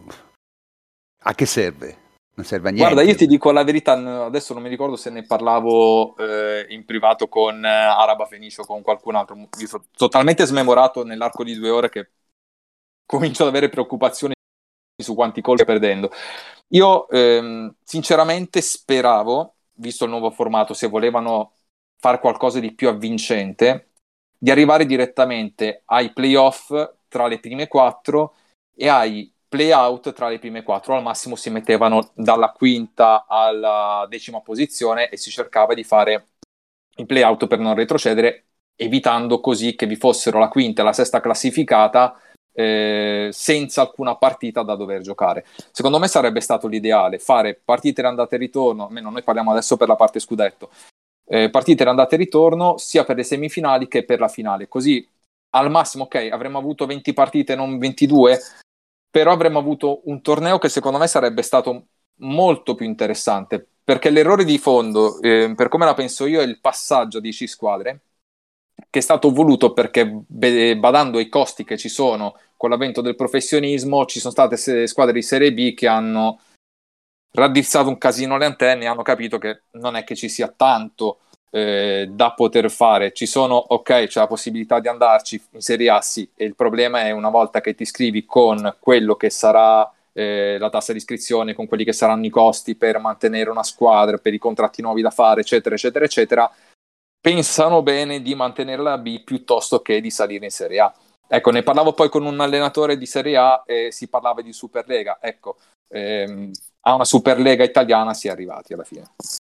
a che serve? Non serve a niente. Guarda, io ti dico la verità, adesso non mi ricordo se ne parlavo eh, in privato con eh, Araba Fenicio o con qualcun altro, mi sono totalmente smemorato nell'arco di due ore che comincio ad avere preoccupazioni su quanti gol stai perdendo. Io ehm, sinceramente speravo, visto il nuovo formato, se volevano fare qualcosa di più avvincente, di arrivare direttamente ai playoff tra le prime quattro e ai play-out tra le prime quattro. Al massimo si mettevano dalla quinta alla decima posizione e si cercava di fare i play-out per non retrocedere, evitando così che vi fossero la quinta e la sesta classificata eh, senza alcuna partita da dover giocare. Secondo me sarebbe stato l'ideale fare partite andate e ritorno, almeno noi parliamo adesso per la parte scudetto, eh, partite andate e ritorno sia per le semifinali che per la finale, così al massimo ok, avremmo avuto venti partite non ventidue, però avremmo avuto un torneo che secondo me sarebbe stato molto più interessante, perché l'errore di fondo, eh, per come la penso io, è il passaggio a dieci squadre, che è stato voluto perché, badando ai costi che ci sono con l'avvento del professionismo, ci sono state squadre di Serie B che hanno raddrizzato un casino le antenne e hanno capito che non è che ci sia tanto eh, da poter fare. Ci sono, ok, c'è la possibilità di andarci in Serie A, sì, e il problema è una volta che ti iscrivi con quello che sarà eh, la tassa di iscrizione, con quelli che saranno i costi per mantenere una squadra, per i contratti nuovi da fare, eccetera, eccetera, eccetera, pensano bene di mantenere la B piuttosto che di salire in Serie A. Ecco, ne parlavo poi con un allenatore di Serie A e si parlava di Superlega. Ecco, ehm, a una Superlega italiana si è arrivati alla fine.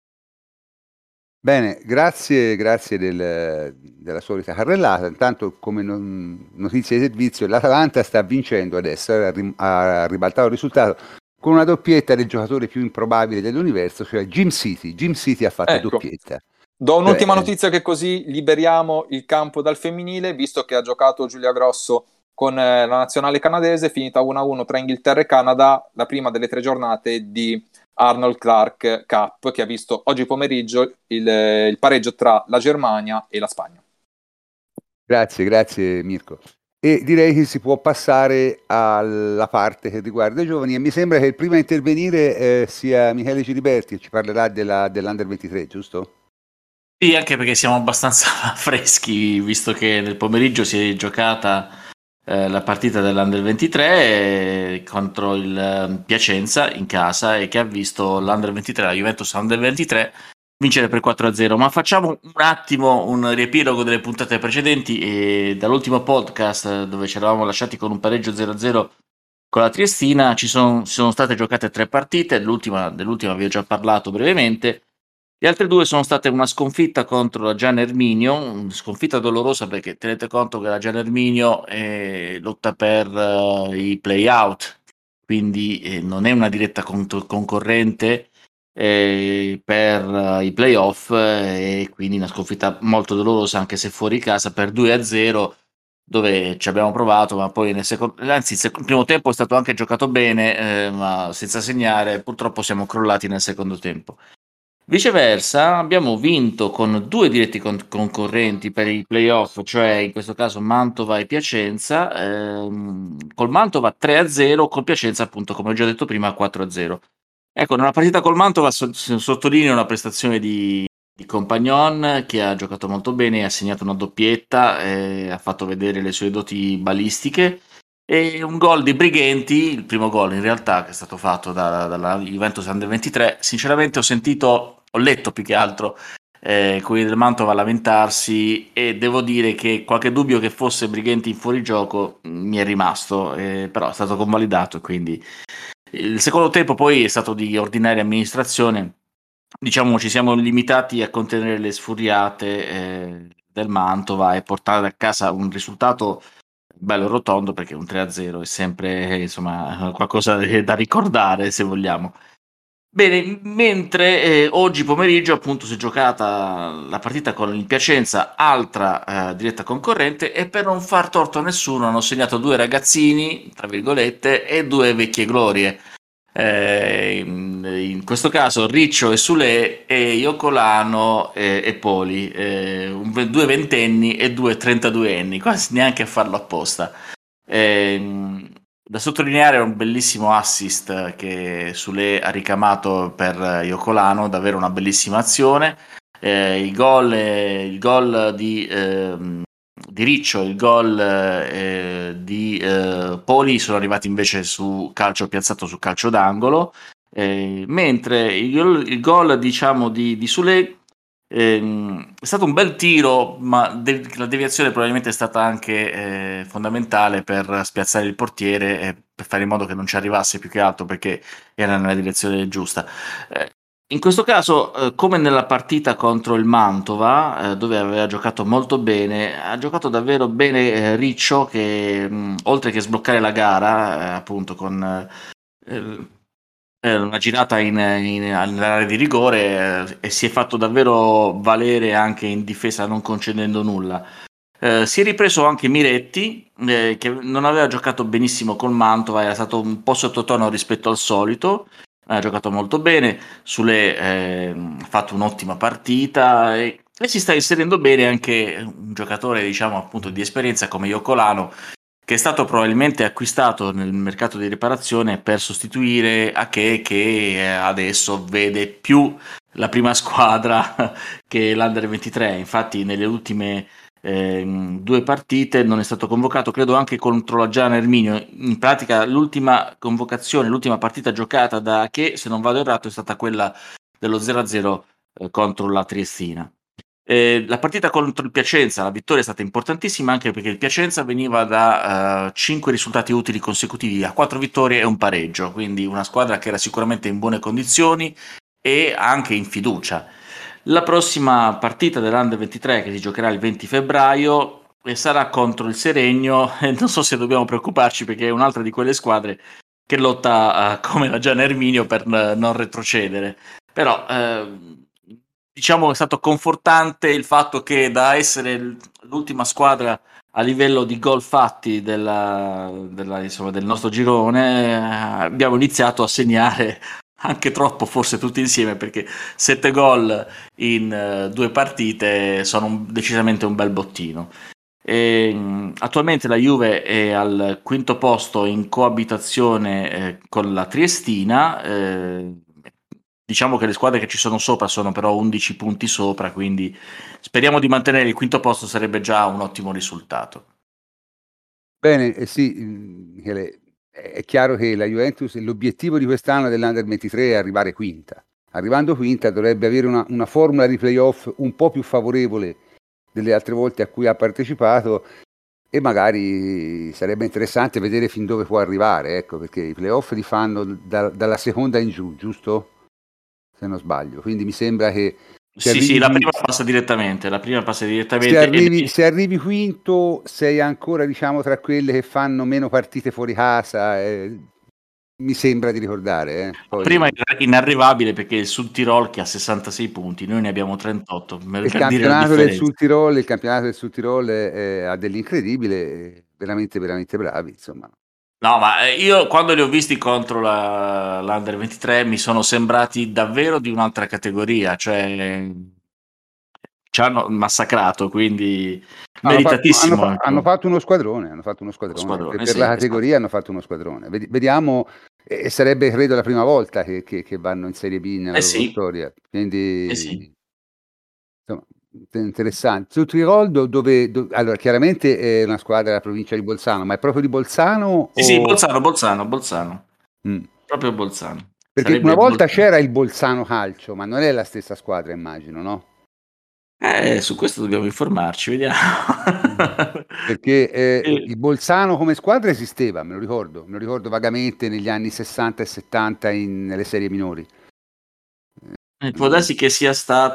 Bene, grazie, grazie del, della solita carrellata. Intanto, come non, notizia di servizio, l'Atalanta sta vincendo adesso, ha, rim- ha ribaltato il risultato con una doppietta del giocatore più improbabile dell'universo, cioè Jim City. Jim City ha fatto ecco. doppietta. Do un'ultima Cioè, notizia che così liberiamo il campo dal femminile, visto che ha giocato Giulia Grosso con eh, la nazionale canadese, finita uno a uno tra Inghilterra e Canada, la prima delle tre giornate di Arnold Clark Cup, che ha visto oggi pomeriggio il, il pareggio tra la Germania e la Spagna. Grazie, grazie Mirko. E direi che si può passare alla parte che riguarda i giovani e mi sembra che il primo a intervenire eh, sia Michele Ciliberti, che ci parlerà della, dell'Under ventitré, giusto? Sì, anche perché siamo abbastanza freschi, visto che nel pomeriggio si è giocata eh, la partita dell'Under ventitré eh, contro il eh, Piacenza in casa e che ha visto l'Under ventitré, la Juventus Under ventitré, vincere per quattro a zero. Ma facciamo un attimo un riepilogo delle puntate precedenti e dall'ultimo podcast dove ci eravamo lasciati con un pareggio zero a zero con la Triestina ci sono, sono state giocate tre partite, l'ultima, dell'ultima vi ho già parlato brevemente. Le altre due sono state una sconfitta contro la Gian Erminio, sconfitta dolorosa perché tenete conto che la Gian Erminio eh, lotta per uh, i play-out, quindi eh, non è una diretta cont- concorrente eh, per uh, i play-off eh, e quindi una sconfitta molto dolorosa anche se fuori casa per due a zero, dove ci abbiamo provato, ma poi nel secondo, anzi il, sec- il primo tempo è stato anche giocato bene, eh, ma senza segnare, purtroppo siamo crollati nel secondo tempo. Viceversa, abbiamo vinto con due diretti con- concorrenti per i playoff, cioè in questo caso Mantova e Piacenza, ehm, col Mantova tre a zero, col Piacenza appunto, come ho già detto prima, quattro a zero. Ecco, nella partita col Mantova so- sottolineo la prestazione di, di Compagnon, che ha giocato molto bene, ha segnato una doppietta, eh, ha fatto vedere le sue doti balistiche, e un gol di Brighenti, il primo gol in realtà che è stato fatto da- dalla Juventus Under ventitré. Sinceramente ho sentito, ho letto più che altro eh, quelli del Mantova lamentarsi e devo dire che qualche dubbio che fosse Brighenti in fuorigioco mh, mi è rimasto, eh, però è stato convalidato e quindi il secondo tempo poi è stato di ordinaria amministrazione. Diciamo ci siamo limitati a contenere le sfuriate eh, del Mantova e portare a casa un risultato bello rotondo, perché un tre a zero è sempre eh, insomma qualcosa da ricordare se vogliamo. Bene, mentre eh, oggi pomeriggio appunto si è giocata la partita con il Piacenza, altra eh, diretta concorrente, e per non far torto a nessuno hanno segnato due ragazzini, tra virgolette, e due vecchie glorie. Eh, in, in questo caso Riccio e Sule e Iocolano e, e Poli, eh, un- due ventenni e due trentaduenni, quasi neanche a farlo apposta. Ehm, da sottolineare un bellissimo assist che Sule ha ricamato per Iocolano, davvero una bellissima azione. Eh, il gol, eh, il gol di, ehm, di Riccio, il gol eh, di eh, Poli sono arrivati invece su calcio piazzato su calcio d'angolo, eh, mentre il, il gol diciamo di, di Sule Ehm, è stato un bel tiro, ma de- la deviazione probabilmente è stata anche eh, fondamentale per spiazzare il portiere e per fare in modo che non ci arrivasse, più che altro perché era nella direzione giusta. Eh, in questo caso, eh, come nella partita contro il Mantova, eh, dove aveva giocato molto bene, ha giocato davvero bene eh, Riccio, che mh, oltre che sbloccare la gara, eh, appunto con eh, eh, una girata in, in- nell'area di rigore, eh, e si è fatto davvero valere anche in difesa, non concedendo nulla. Eh, si è ripreso anche Miretti, eh, che non aveva giocato benissimo col Mantova, era stato un po' sottotono rispetto al solito, ha giocato molto bene, Sule eh, ha fatto un'ottima partita e, e si sta inserendo bene anche un giocatore, diciamo, appunto di esperienza come Iocolano, che è stato probabilmente acquistato nel mercato di riparazione per sostituire Ake, che eh, adesso vede più la prima squadra che l'Under ventitré. Infatti nelle ultime ehm, due partite non è stato convocato, credo anche contro la Gian Erminio. In pratica l'ultima convocazione, l'ultima partita giocata da Ake, se non vado errato, è stata quella dello zero a zero eh, contro la Triestina. Eh, la partita contro il Piacenza, la vittoria è stata importantissima anche perché il Piacenza veniva da cinque risultati utili consecutivi, a quattro vittorie e un pareggio, quindi una squadra che era sicuramente in buone condizioni e anche in fiducia. La prossima partita dell'Under ventitré, che si giocherà il venti febbraio, e sarà contro il Seregno, e non so se dobbiamo preoccuparci perché è un'altra di quelle squadre che lotta uh, come la Gian Erminio per uh, non retrocedere. Però uh, diciamo è stato confortante il fatto che da essere l'ultima squadra a livello di gol fatti della, della, insomma, del nostro girone, uh, abbiamo iniziato a segnare anche troppo, forse tutti insieme, perché sette gol in uh, due partite sono un, decisamente un bel bottino. E, mh, attualmente la Juve è al quinto posto in coabitazione eh, con la Triestina. Eh, diciamo che le squadre che ci sono sopra sono però undici punti sopra, quindi speriamo di mantenere il quinto posto, sarebbe già un ottimo risultato. Bene, eh sì, Michele, è chiaro che la Juventus, l'obiettivo di quest'anno dell'Under ventitré è arrivare quinta. Arrivando quinta dovrebbe avere una, una formula di playoff un po' più favorevole delle altre volte a cui ha partecipato e magari sarebbe interessante vedere fin dove può arrivare, ecco, perché i playoff li fanno da, dalla seconda in giù, giusto? se non sbaglio, quindi mi sembra che sì, arrivi, sì, la prima passa direttamente, la prima passa direttamente. Se arrivi, e... se arrivi quinto, sei ancora, diciamo, tra quelle che fanno meno partite fuori casa, eh, mi sembra di ricordare. Eh. Poi... Prima è inarrivabile perché il Sud Tirol che ha sessantasei punti, noi ne abbiamo trentotto. Per il, campionato del Sud Tirol, il campionato del Sud Tirol eh, ha dell'incredibile, veramente, veramente bravi, insomma. No, ma io quando li ho visti contro la, l'Under ventitré mi sono sembrati davvero di un'altra categoria, cioè ci hanno massacrato, quindi meritatissimo. Hanno, fatto, hanno fatto uno squadrone, hanno fatto uno squadrone, squadrone per, per sì, la categoria esatto. Hanno fatto uno squadrone. Vediamo, e sarebbe credo la prima volta che, che, che vanno in Serie B nella eh loro sì. storia, quindi eh sì. insomma, interessante. Sul Tirol dove, dove, allora chiaramente è una squadra della provincia di Bolzano, ma è proprio di Bolzano? Sì, o... sì, Bolzano, Bolzano, Bolzano. Mm. Proprio Bolzano. Perché Sarebbe una volta Bolzano. C'era il Bolzano Calcio, ma non è la stessa squadra, immagino, no? Eh, su questo dobbiamo informarci, vediamo. Perché eh, eh. il Bolzano come squadra esisteva, me lo ricordo, me lo ricordo vagamente negli anni sessanta e settanta in, nelle serie minori. Eh, può darsi che sia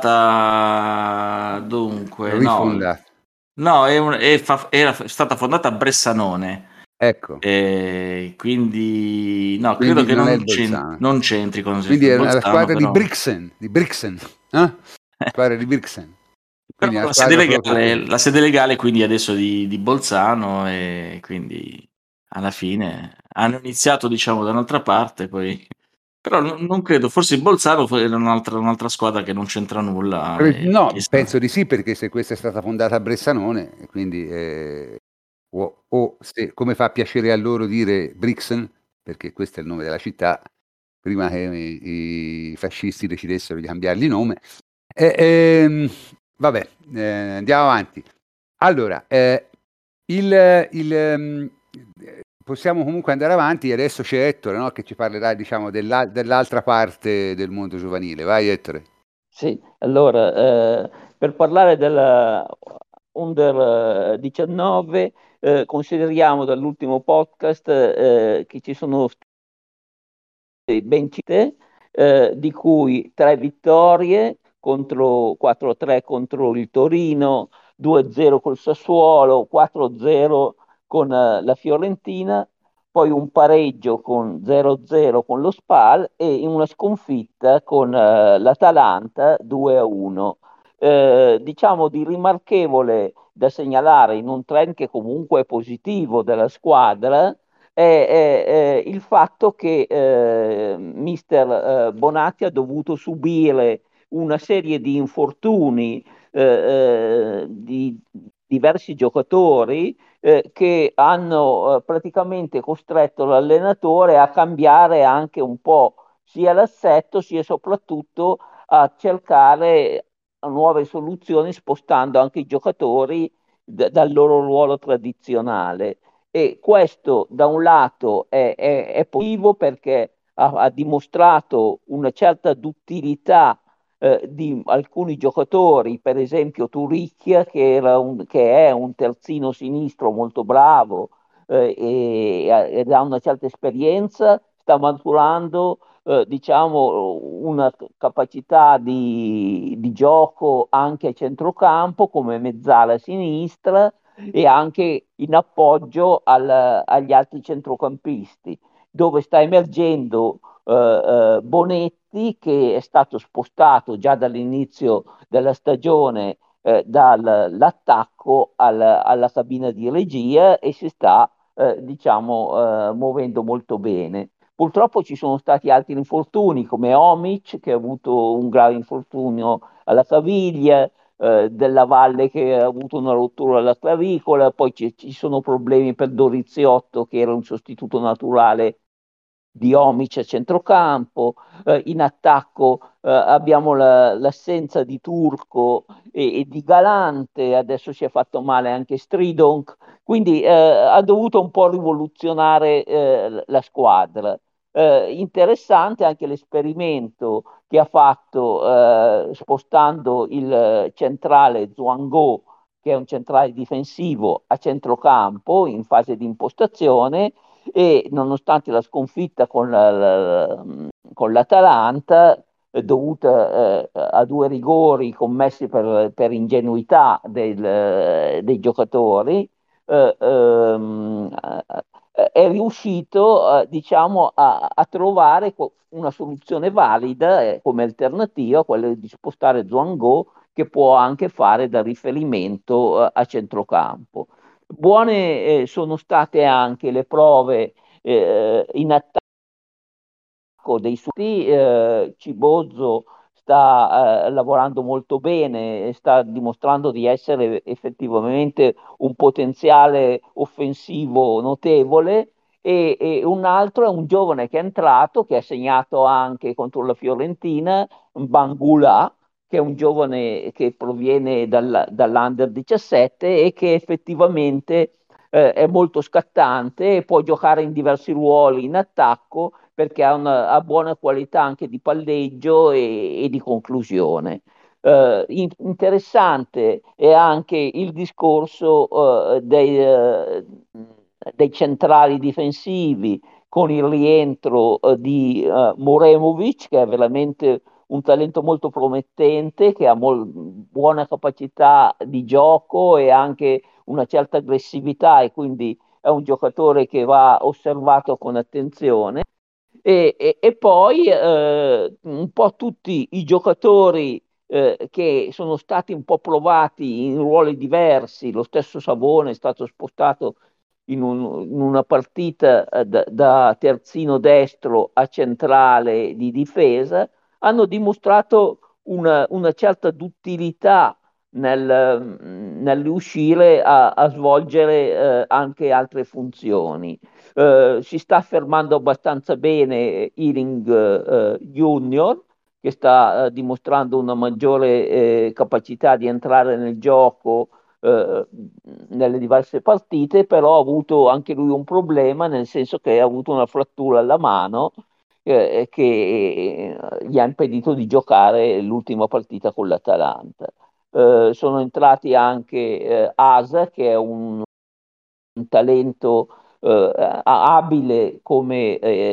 stata dunque rifondata. No, no è un, è fa, era stata fondata a Bressanone. Ecco. Eh, quindi no, quindi credo che non, non, c'en- non c'entri con quindi il è la squadra però... di Brixen, di Brixen, eh? Squadra di Brixen. Però la sede, legale, la sede legale quindi adesso di, di Bolzano e quindi alla fine hanno iniziato diciamo da un'altra parte, poi però non, non credo, forse il Bolzano era un'altra, un'altra squadra che non c'entra nulla. No, penso di sì, perché se questa è stata fondata a Bressanone, quindi eh, o, o se, come fa piacere a loro dire Brixen, perché questo è il nome della città, prima che i, i fascisti decidessero di cambiargli nome. Eh, ehm, vabbè, eh, andiamo avanti. Allora, eh, il, il, um, possiamo comunque andare avanti. Adesso c'è Ettore, no, che ci parlerà, diciamo, dell'al- dell'altra parte del mondo giovanile. Vai, Ettore. Sì, allora, eh, per parlare della Under diciannove, eh, consideriamo dall'ultimo podcast eh, che ci sono state ben cite, eh, di cui tre vittorie, contro quattro a tre contro il Torino, due a zero col Sassuolo, quattro a zero con eh, la Fiorentina, poi un pareggio con zero a zero con lo Spal e in una sconfitta con eh, l'Atalanta due a uno. Eh, diciamo di rimarchevole da segnalare in un trend che comunque è positivo della squadra è, è, è il fatto che eh, mister eh, Bonatti ha dovuto subire una serie di infortuni eh, eh, di diversi giocatori eh, che hanno eh, praticamente costretto l'allenatore a cambiare anche un po' sia l'assetto sia soprattutto a cercare nuove soluzioni spostando anche i giocatori d- dal loro ruolo tradizionale. E questo da un lato è, è, è positivo perché ha, ha dimostrato una certa duttilità eh, di alcuni giocatori, per esempio Turicchia, che, era un, che è un terzino sinistro molto bravo eh, e, ed ha una certa esperienza, sta maturando eh, diciamo una capacità di, di gioco anche a centrocampo come mezzala a sinistra e anche in appoggio al, agli altri centrocampisti, dove sta emergendo eh, eh, Bonetti, che è stato spostato già dall'inizio della stagione eh, dall'attacco al, alla cabina di regia e si sta eh, diciamo eh, muovendo molto bene. Purtroppo ci sono stati altri infortuni come Omic che ha avuto un grave infortunio alla caviglia, eh, Della Valle che ha avuto una rottura alla clavicola, poi ci, ci sono problemi per Doriziotto che era un sostituto naturale di Omic a centrocampo, eh, in attacco eh, abbiamo la, l'assenza di Turco e, e, di Galante, adesso si è fatto male anche Stridonk, quindi eh, ha dovuto un po' rivoluzionare eh, la squadra. Eh, interessante anche l'esperimento che ha fatto eh, spostando il centrale Zhuanggo, che è un centrale difensivo, a centrocampo in fase di impostazione e nonostante la sconfitta con, la, la, con l'Atalanta eh, dovuta eh, a due rigori commessi per, per ingenuità del, eh, dei giocatori, eh, ehm, eh, è riuscito eh, diciamo, a, a trovare co- una soluzione valida eh, come alternativa a quella di spostare Zhuanggo, che può anche fare da riferimento eh, a centrocampo. Buone eh, sono state anche le prove eh, in attacco dei suoi. eh, Cibozzo sta eh, lavorando molto bene, sta dimostrando di essere effettivamente un potenziale offensivo notevole. E, e un altro è un giovane che è entrato, che ha segnato anche contro la Fiorentina, Bangula, che è un giovane che proviene dal- dall'Under diciassette e che effettivamente eh, è molto scattante e può giocare in diversi ruoli in attacco perché ha, una, ha buona qualità anche di palleggio e, e di conclusione. Eh, in- interessante è anche il discorso eh, dei, eh, dei centrali difensivi con il rientro eh, di eh, Muremovic, che è veramente un talento molto promettente, che ha mol- buona capacità di gioco e anche una certa aggressività, e quindi è un giocatore che va osservato con attenzione. E, e- e poi eh, un po' tutti i giocatori eh, che sono stati un po' provati in ruoli diversi. Lo stesso Savone è stato spostato in, un- in una partita eh, da, da terzino destro a centrale di difesa, hanno dimostrato una, una certa duttilità nel, nell'uscire a, a svolgere eh, anche altre funzioni. Eh, si sta affermando abbastanza bene Ealing eh, Junior, che sta eh, dimostrando una maggiore eh, capacità di entrare nel gioco eh, nelle diverse partite, però ha avuto anche lui un problema, nel senso che ha avuto una frattura alla mano eh, che eh, gli ha impedito di giocare l'ultima partita con l'Atalanta. Eh, sono entrati anche eh, Asa, che è un, un talento eh, abile come eh,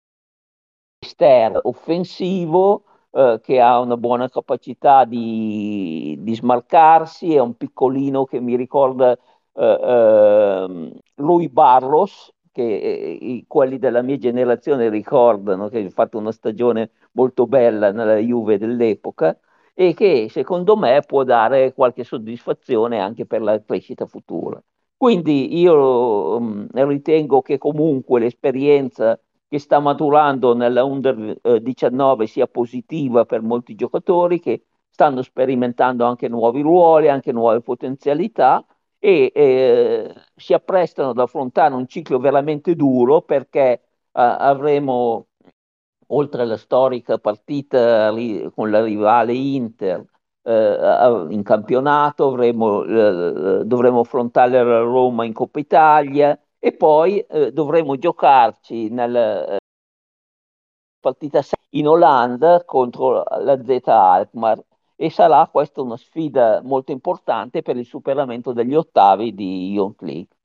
esterno offensivo, eh, che ha una buona capacità di, di smarcarsi, è un piccolino che mi ricorda eh, ehm, Rui Barros, che eh, i- quelli della mia generazione ricordano, che ha fatto una stagione molto bella nella Juve dell'epoca e che secondo me può dare qualche soddisfazione anche per la crescita futura. Quindi io mm, ritengo che comunque l'esperienza che sta maturando nella Under eh, diciannove sia positiva per molti giocatori che stanno sperimentando anche nuovi ruoli, anche nuove potenzialità e eh, si apprestano ad affrontare un ciclo veramente duro perché eh, avremo, oltre alla storica partita ri- con la rivale Inter, eh, in campionato, avremo, eh, dovremo affrontare la Roma in Coppa Italia e poi eh, dovremo giocarci nella eh, partita in Olanda contro la Z Alkmaar e sarà questa una sfida molto importante per il superamento degli ottavi di Youth League.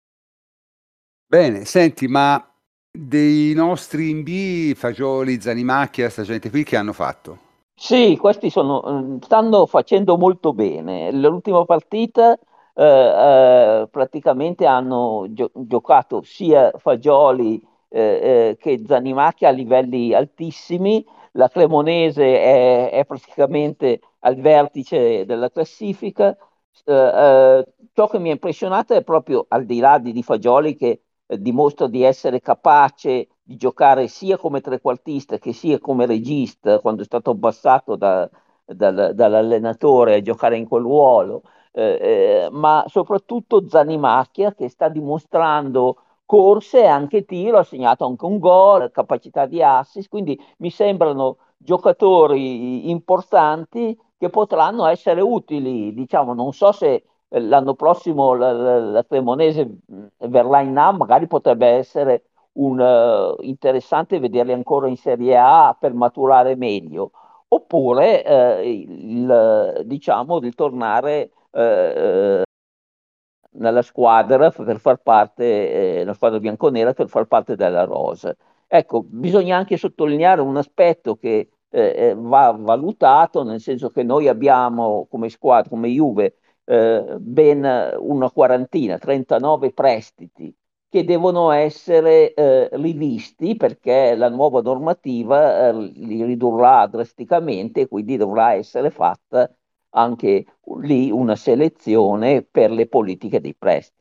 Bene, senti, ma dei nostri invi, Fagioli, Zanimacchia, sta gente qui che hanno fatto? Sì, questi sono, eh, stanno facendo molto bene. L'ultima partita eh, eh, praticamente hanno gio- giocato sia Fagioli eh, eh, che Zanimacchia a livelli altissimi. La Cremonese è, è praticamente al vertice della classifica. Eh, eh, ciò che mi ha impressionato è proprio, al di là di, di Fagioli, che eh, dimostra di essere capace di giocare sia come trequartista che sia come regista quando è stato abbassato da- dal- dall'allenatore a giocare in quel ruolo, eh, eh, ma soprattutto Zanimacchia che sta dimostrando corse e anche tiro, ha segnato anche un gol, capacità di assist, quindi mi sembrano giocatori importanti che potranno essere utili, diciamo, non so se eh, l'anno prossimo la, la, la Cremonese mh, verrà in A, magari potrebbe essere un, eh, interessante vederli ancora in Serie A per maturare meglio, oppure eh, il, diciamo, ritornare eh, nella squadra per far parte, eh, la squadra bianconera per far parte della rosa. Ecco, bisogna anche sottolineare un aspetto che eh, va valutato, nel senso che noi abbiamo come squadra, come Juve, eh, ben una quarantina, trentanove prestiti che devono essere eh, rivisti perché la nuova normativa eh, li ridurrà drasticamente e quindi dovrà essere fatta anche lì una selezione per le politiche dei prestiti.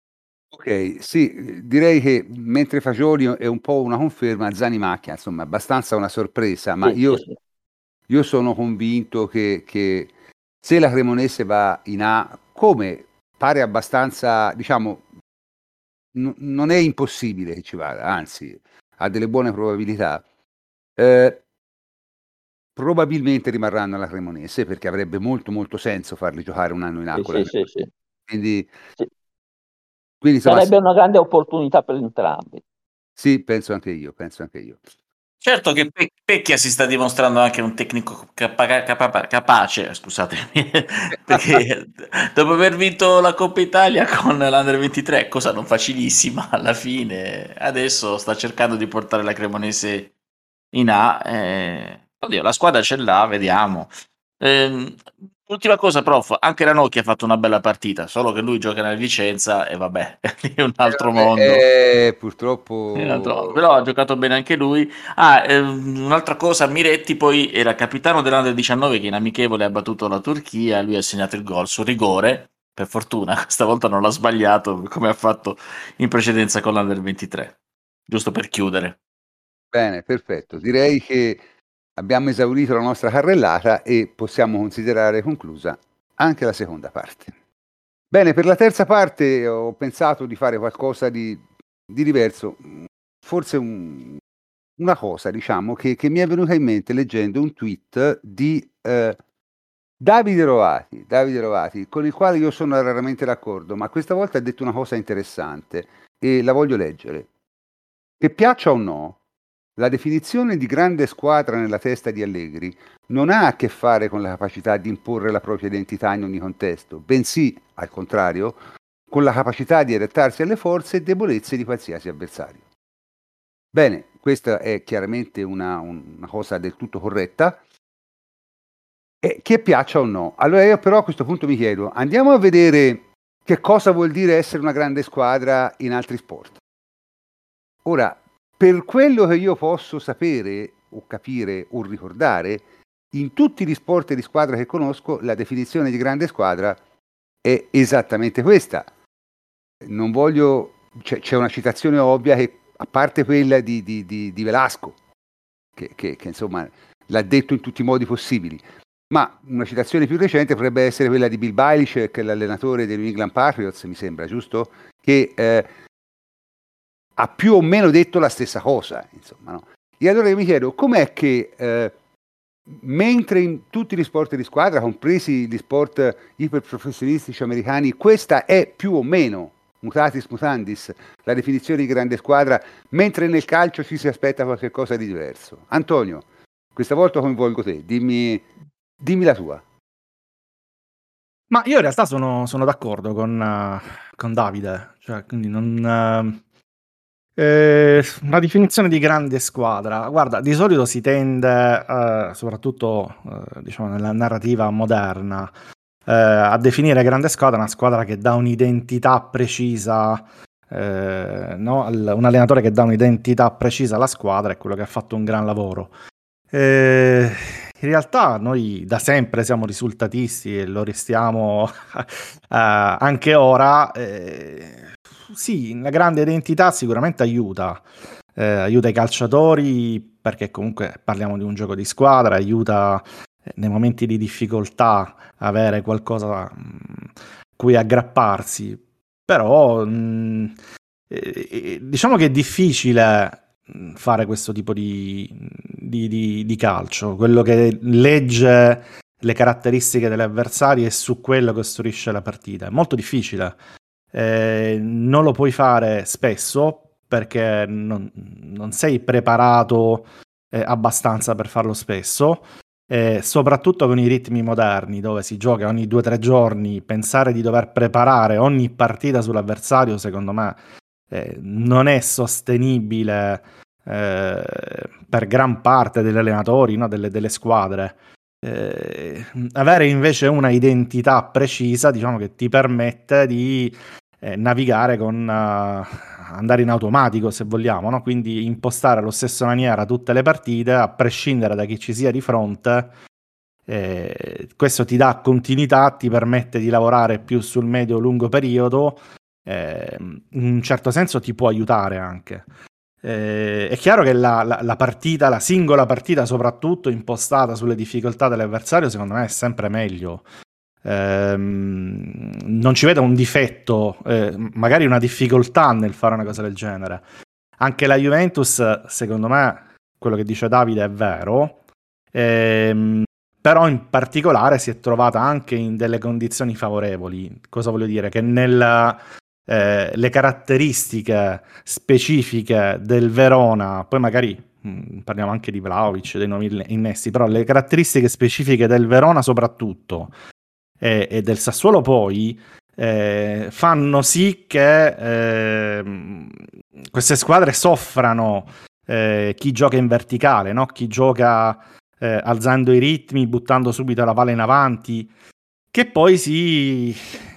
Ok, sì, direi che mentre Fagioli è un po' una conferma, Zani Macchia, insomma, abbastanza una sorpresa, ma Sì, io, sì, sì. io sono convinto che, che se la Cremonese va in A, come pare abbastanza, diciamo, n- non è impossibile che ci vada, anzi, ha delle buone probabilità. Eh, probabilmente rimarranno alla Cremonese perché avrebbe molto molto senso farli giocare un anno in A Sì, con la sì, sì, sì. Quindi, Sì. quindi insomma, Sarebbe una grande opportunità per entrambi. sì, penso anche io, penso anche io. Certo che Pe- Pecchia si sta dimostrando anche un tecnico capa- capa- capace, scusatemi, perché dopo aver vinto la Coppa Italia con l'Under ventitré, cosa non facilissima alla fine, adesso sta cercando di portare la Cremonese in A. eh, Oddio, la squadra ce l'ha, vediamo. Ehm, ultima cosa, prof, anche Ranocchi ha fatto una bella partita, solo che lui gioca nel Vicenza e vabbè, è un Eh, altro vabbè, mondo. eh, È un altro mondo. purtroppo, Però ha giocato bene anche lui. Ah, ehm, un'altra cosa, Miretti poi era capitano dell'Under diciannove che in amichevole ha battuto la Turchia, lui ha segnato il gol su rigore, per fortuna, stavolta non l'ha sbagliato come ha fatto in precedenza con l'Under ventitré, giusto per chiudere. bene, perfetto. Direi che abbiamo esaurito la nostra carrellata e possiamo considerare conclusa anche la seconda parte. Bene, per la terza parte ho pensato di fare qualcosa di, di diverso, forse un- una cosa, diciamo, che, che mi è venuta in mente leggendo un tweet di eh, Davide Rovati, Davide Rovati, con il quale io sono raramente d'accordo, ma questa volta ha detto una cosa interessante e la voglio leggere. Che piaccia o no, la definizione di grande squadra nella testa di Allegri non ha a che fare con la capacità di imporre la propria identità in ogni contesto, bensì, al contrario, con la capacità di adattarsi alle forze e debolezze di qualsiasi avversario. Bene, questa è chiaramente una, una cosa del tutto corretta, e che piaccia o no. Allora io però a questo punto mi chiedo, andiamo a vedere che cosa vuol dire essere una grande squadra in altri sport. Ora, per quello che io posso sapere o capire o ricordare, in tutti gli sport di squadra che conosco, la definizione di grande squadra è esattamente questa. Non voglio, c'è, c'è una citazione ovvia che, a parte quella di, di, di, di Velasco, che, che, che insomma l'ha detto in tutti i modi possibili, ma una citazione più recente potrebbe essere quella di Bill Belichick, che è l'allenatore dei New England Patriots, mi sembra, giusto? Che eh, ha più o meno detto la stessa cosa, insomma, no? E allora io mi chiedo, com'è che eh, mentre in tutti gli sport di squadra, compresi gli sport iperprofessionistici americani, questa è più o meno, mutatis mutandis, la definizione di grande squadra, mentre nel calcio ci si aspetta qualcosa di diverso. Antonio, questa volta coinvolgo te, dimmi, dimmi la tua. Ma io in realtà sono, sono d'accordo con, eh, con Davide, cioè, quindi non... eh, eh, una definizione di grande squadra. Guarda, di solito si tende, eh, soprattutto eh, diciamo nella narrativa moderna, eh, a definire grande squadra una squadra che dà un'identità precisa, eh, no? Al- un allenatore che dà un'identità precisa alla squadra è quello che ha fatto un gran lavoro. Eh, in realtà noi da sempre siamo risultatisti e lo restiamo eh, anche ora. Eh, sì, una grande identità sicuramente aiuta, eh, aiuta i calciatori perché comunque parliamo di un gioco di squadra, aiuta eh, nei momenti di difficoltà avere qualcosa mh, cui aggrapparsi, però mh, eh, eh, diciamo che è difficile mh, fare questo tipo di, di, di- di calcio, quello che legge le caratteristiche degli avversari e su quello costruisce la partita. È molto difficile. Eh, non lo puoi fare spesso perché non, non sei preparato eh, abbastanza per farlo spesso. Eh, soprattutto con i ritmi moderni dove si gioca ogni due o tre giorni, pensare di dover preparare ogni partita sull'avversario, secondo me, eh, non è sostenibile eh, per gran parte degli allenatori, no? delle, delle squadre. Eh, avere invece una identità precisa, diciamo, che ti permette di eh, navigare con uh, andare in automatico, se vogliamo, no? Quindi impostare allo stesso maniera tutte le partite a prescindere da chi ci sia di fronte. Eh, questo ti dà continuità, ti permette di lavorare più sul medio-lungo periodo, eh, in un certo senso ti può aiutare anche. Eh, è chiaro che la, la, la partita, la singola partita soprattutto impostata sulle difficoltà dell'avversario, secondo me è sempre meglio. Eh, non ci vedo un difetto, eh, magari una difficoltà nel fare una cosa del genere. Anche la Juventus, secondo me, quello che dice Davide è vero, ehm, però in particolare si è trovata anche in delle condizioni favorevoli. Cosa voglio dire? Che nella Eh, le caratteristiche specifiche del Verona, poi magari mh, parliamo anche di Vlahovic, dei nuovi innesti, però le caratteristiche specifiche del Verona soprattutto e, e del Sassuolo poi eh, fanno sì che eh, queste squadre soffrano eh, chi gioca in verticale, no? Chi gioca eh, alzando i ritmi, buttando subito la palla in avanti, che poi si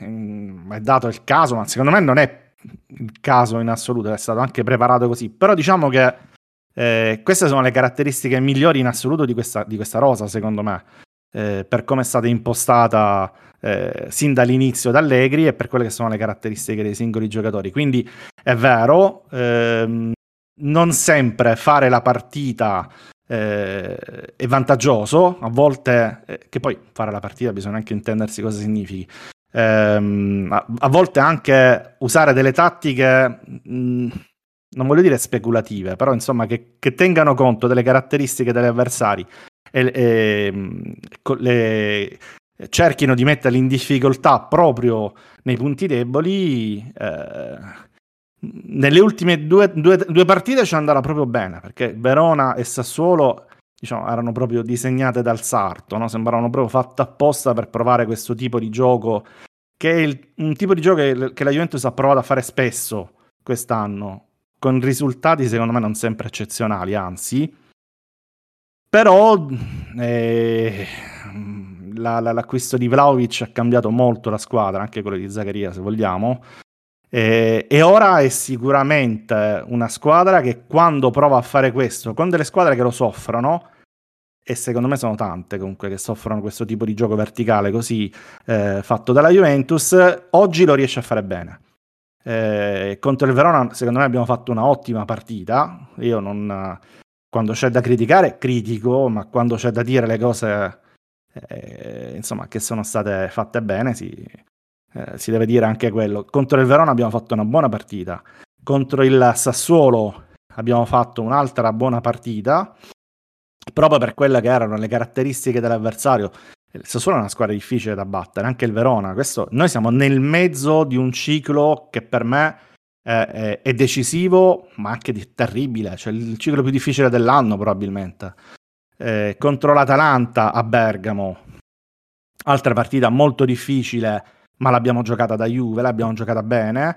è dato il caso, ma secondo me non è il caso in assoluto, è stato anche preparato così, però diciamo che eh, queste sono le caratteristiche migliori in assoluto di questa, di questa rosa, secondo me, eh, per come è stata impostata eh, sin dall'inizio da Allegri e per quelle che sono le caratteristiche dei singoli giocatori. Quindi è vero, ehm, non sempre fare la partita Eh, è vantaggioso, a volte, eh, che poi fare la partita bisogna anche intendersi cosa significhi, ehm, a, a volte anche usare delle tattiche mh, non voglio dire speculative, però insomma che, che tengano conto delle caratteristiche degli avversari e, e le, cerchino di metterli in difficoltà proprio nei punti deboli. eh, Nelle ultime due, due, due partite ci andava proprio bene, perché Verona e Sassuolo, diciamo, erano proprio disegnate dal sarto, no? Sembravano proprio fatte apposta per provare questo tipo di gioco, che è il, un tipo di gioco che, che la Juventus ha provato a fare spesso quest'anno, con risultati secondo me non sempre eccezionali, anzi. Però eh, la, la, l'acquisto di Vlahovic ha cambiato molto la squadra, anche quello di Zaccaria se vogliamo. Eh, e ora è sicuramente una squadra che quando prova a fare questo con delle squadre che lo soffrono, e secondo me sono tante comunque che soffrono questo tipo di gioco verticale così eh, fatto dalla Juventus, oggi lo riesce a fare bene. Eh, contro il Verona secondo me abbiamo fatto una ottima partita. Io non, quando c'è da criticare critico, ma quando c'è da dire le cose eh, insomma che sono state fatte bene sì. Eh, si deve dire anche quello. Contro il Verona abbiamo fatto una buona partita, contro il Sassuolo abbiamo fatto un'altra buona partita, proprio per quelle che erano le caratteristiche dell'avversario. Il Sassuolo è una squadra difficile da battere, anche il Verona. Questo, noi siamo nel mezzo di un ciclo che per me è, è, è decisivo, ma anche di, terribile, cioè il ciclo più difficile dell'anno probabilmente. Eh, contro l'Atalanta a Bergamo, altra partita molto difficile, ma l'abbiamo giocata da Juve, l'abbiamo giocata bene.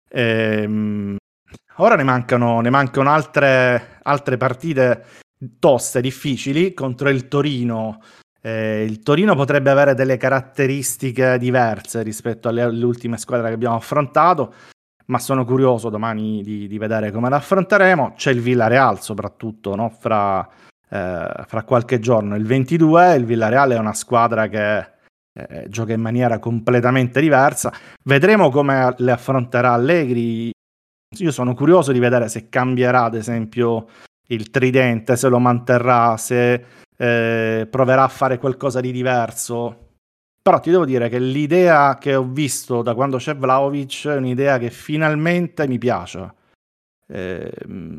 Ehm, ora ne mancano, ne mancano altre, altre partite toste, difficili, contro il Torino. Eh, il Torino potrebbe avere delle caratteristiche diverse rispetto alle, alle ultime squadre che abbiamo affrontato, ma sono curioso domani di, di vedere come la affronteremo. C'è il Villarreal soprattutto, no? fra, eh, fra qualche giorno, il ventidue. Il Villarreal è una squadra che Eh, gioca in maniera completamente diversa. Vedremo come le affronterà Allegri. Io sono curioso di vedere se cambierà ad esempio il tridente, se lo manterrà, se eh, proverà a fare qualcosa di diverso. Però ti devo dire che l'idea che ho visto da quando c'è Vlahovic è un'idea che finalmente mi piace. Eh,